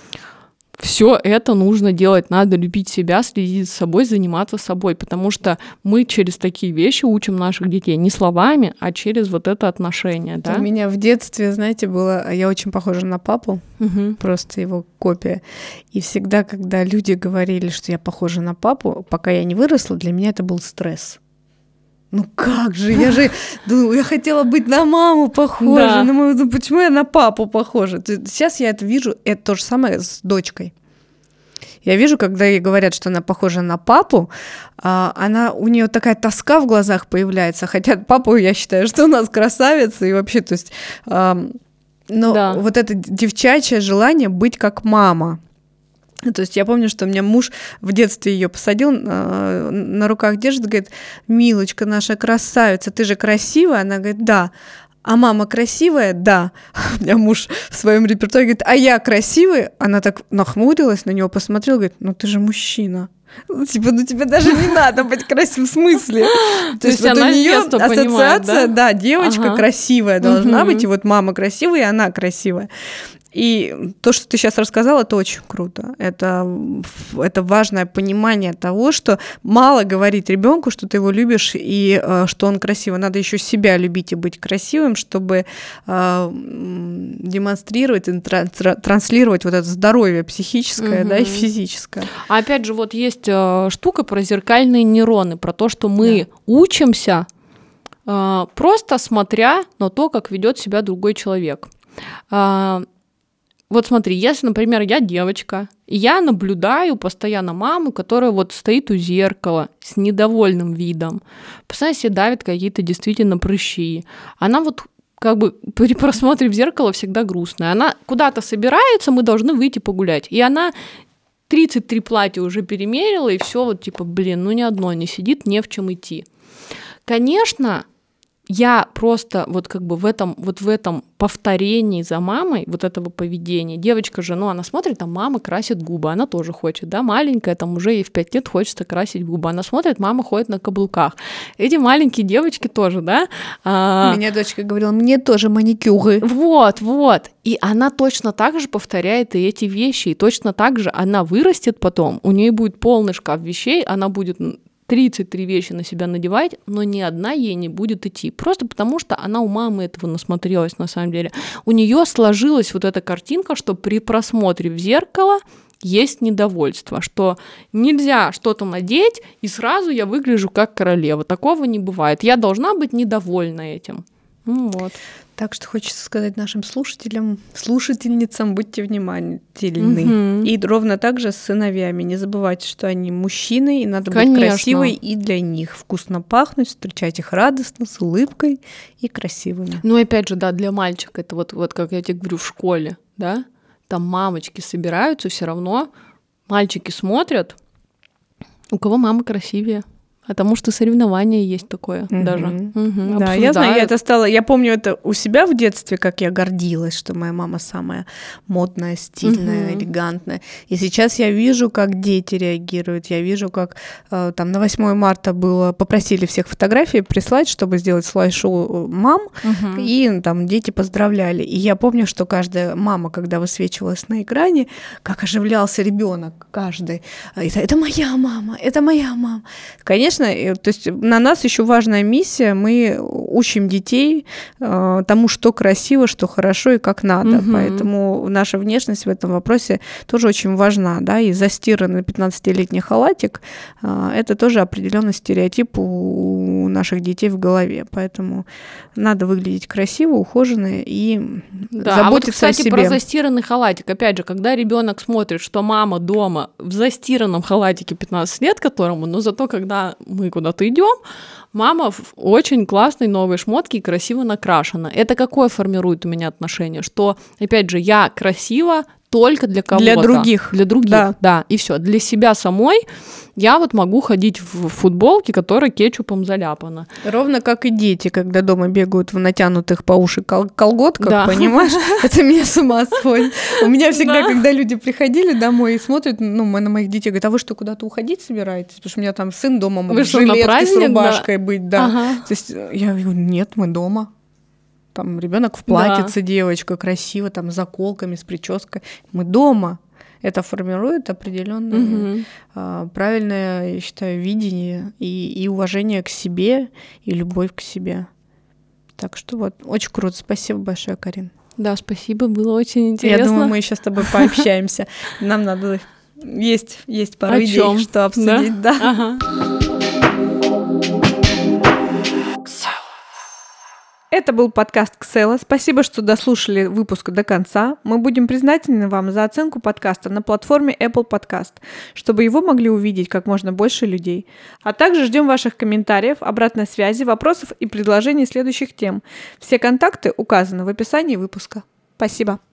все это нужно делать, надо любить себя, следить за собой, заниматься собой, потому что мы через такие вещи учим наших детей не словами, а через вот это отношение. Да? У меня в детстве, знаете, было, я очень похожа на папу, просто его копия, и всегда, когда люди говорили, что я похожа на папу, пока я не выросла, для меня это был стресс. Как же, я хотела быть на маму похожа, да. Почему я на папу похожа? Сейчас я это вижу, это то же самое с дочкой. Я вижу, когда ей говорят, что она похожа на папу, у нее такая тоска в глазах появляется, хотя папу, я считаю, что у нас красавица, и вообще, то есть, но вот это девчачье желание быть как мама. То есть я помню, что у меня муж в детстве ее посадил, на руках держит, говорит, милочка наша красавица, ты же красивая? Она говорит, да. А мама красивая? Да. У меня муж в своем репертуаре говорит, а я красивая? Она так нахмурилась, на него посмотрела, говорит, ты же мужчина. Тебе даже не надо быть красивым, в смысле. То есть вот у нее ассоциация, да, девочка красивая должна быть, и вот мама красивая, и она красивая. И то, что ты сейчас рассказала, это очень круто. Это важное понимание того, что мало говорить ребенку, что ты его любишь и что он красивый. Надо еще себя любить и быть красивым, чтобы демонстрировать и транслировать вот это здоровье психическое, да, и физическое. А опять же, вот есть штука про зеркальные нейроны, про то, что мы учимся просто смотря на то, как ведет себя другой человек. Вот смотри, если, например, я девочка, и я наблюдаю постоянно маму, которая вот стоит у зеркала с недовольным видом, постоянно себе давит какие-то действительно прыщи, она вот как бы при просмотре в зеркало всегда грустная, она куда-то собирается, мы должны выйти погулять, и она 33 платья уже перемерила, и все вот типа, ни одно не сидит, не в чем идти. Конечно, я просто вот как бы в этом повторении за мамой вот этого поведения, девочка же, она смотрит, там мама красит губы, она тоже хочет, да, маленькая, там уже ей в 5 лет хочется красить губы, она смотрит, мама ходит на каблуках. Эти маленькие девочки тоже, да. Меня дочка говорила, мне тоже маникюры. Вот. И она точно так же повторяет и эти вещи, и точно так же она вырастет потом, у нее будет полный шкаф вещей, она будет 33 вещи на себя надевать, но ни одна ей не будет идти. Просто потому, что она у мамы этого насмотрелась на самом деле. У нее сложилась вот эта картинка, что при просмотре в зеркало есть недовольство, что нельзя что-то надеть, и сразу я выгляжу как королева. Такого не бывает. Я должна быть недовольна этим. Вот. Так что хочется сказать нашим слушателям, слушательницам, будьте внимательны. И ровно так же с сыновьями. Не забывайте, что они мужчины, и надо быть красивой и для них. Вкусно пахнуть, встречать их радостно, с улыбкой и красивыми. Опять же, да, для мальчика, это вот как я тебе говорю, в школе, да, там мамочки собираются, все равно мальчики смотрят, у кого мама красивее. Потому что соревнование есть такое даже. Да, я знаю, я помню это у себя в детстве, как я гордилась, что моя мама самая модная, стильная, элегантная. И сейчас я вижу, как дети реагируют. Я вижу, как там на 8 марта попросили всех фотографии прислать, чтобы сделать слайд-шоу мам, и там дети поздравляли. И я помню, что каждая мама, когда высвечивалась на экране, как оживлялся ребенок каждый. Это моя мама, это моя мама. Конечно, то есть на нас еще важная миссия, мы учим детей тому, что красиво, что хорошо и как надо, поэтому наша внешность в этом вопросе тоже очень важна, да, и застиранный 15-летний халатик – это тоже определенный стереотип у наших детей в голове, поэтому надо выглядеть красиво, ухоженно и заботиться о себе. Кстати, про застиранный халатик, опять же, когда ребенок смотрит, что мама дома в застиранном халатике 15 лет которому, но зато когда мы куда-то идем, мама в очень классной новой шмотке и красиво накрашена. Это какое формирует у меня отношение? Что, опять же, я красива только для кого-то. Для других. Для других, да. И все. Для себя самой я вот могу ходить в футболке, которая кетчупом заляпана. Ровно как и дети, когда дома бегают в натянутых по уши колготках, понимаешь? Это меня с ума сводит. У меня всегда, когда люди приходили домой и смотрят, на моих детей, говорят, а вы что, куда-то уходить собираетесь? Потому что у меня там сын дома может в жилетке с рубашкой быть, да. То есть я говорю, нет, мы дома. Там ребенок в платьице, девочка красиво, там с заколками, с прической. Мы дома. Это формирует определенное правильное, я считаю, видение и уважение к себе, и любовь к себе. Так что вот, очень круто. Спасибо большое, Карин. Да, спасибо, было очень интересно. Я думаю, мы еще с тобой пообщаемся. Нам надо... Есть пару идей, что обсудить. Да? Это был подкаст Ксела. Спасибо, что дослушали выпуск до конца. Мы будем признательны вам за оценку подкаста на платформе Apple Podcast, чтобы его могли увидеть как можно больше людей. А также ждем ваших комментариев, обратной связи, вопросов и предложений следующих тем. Все контакты указаны в описании выпуска. Спасибо.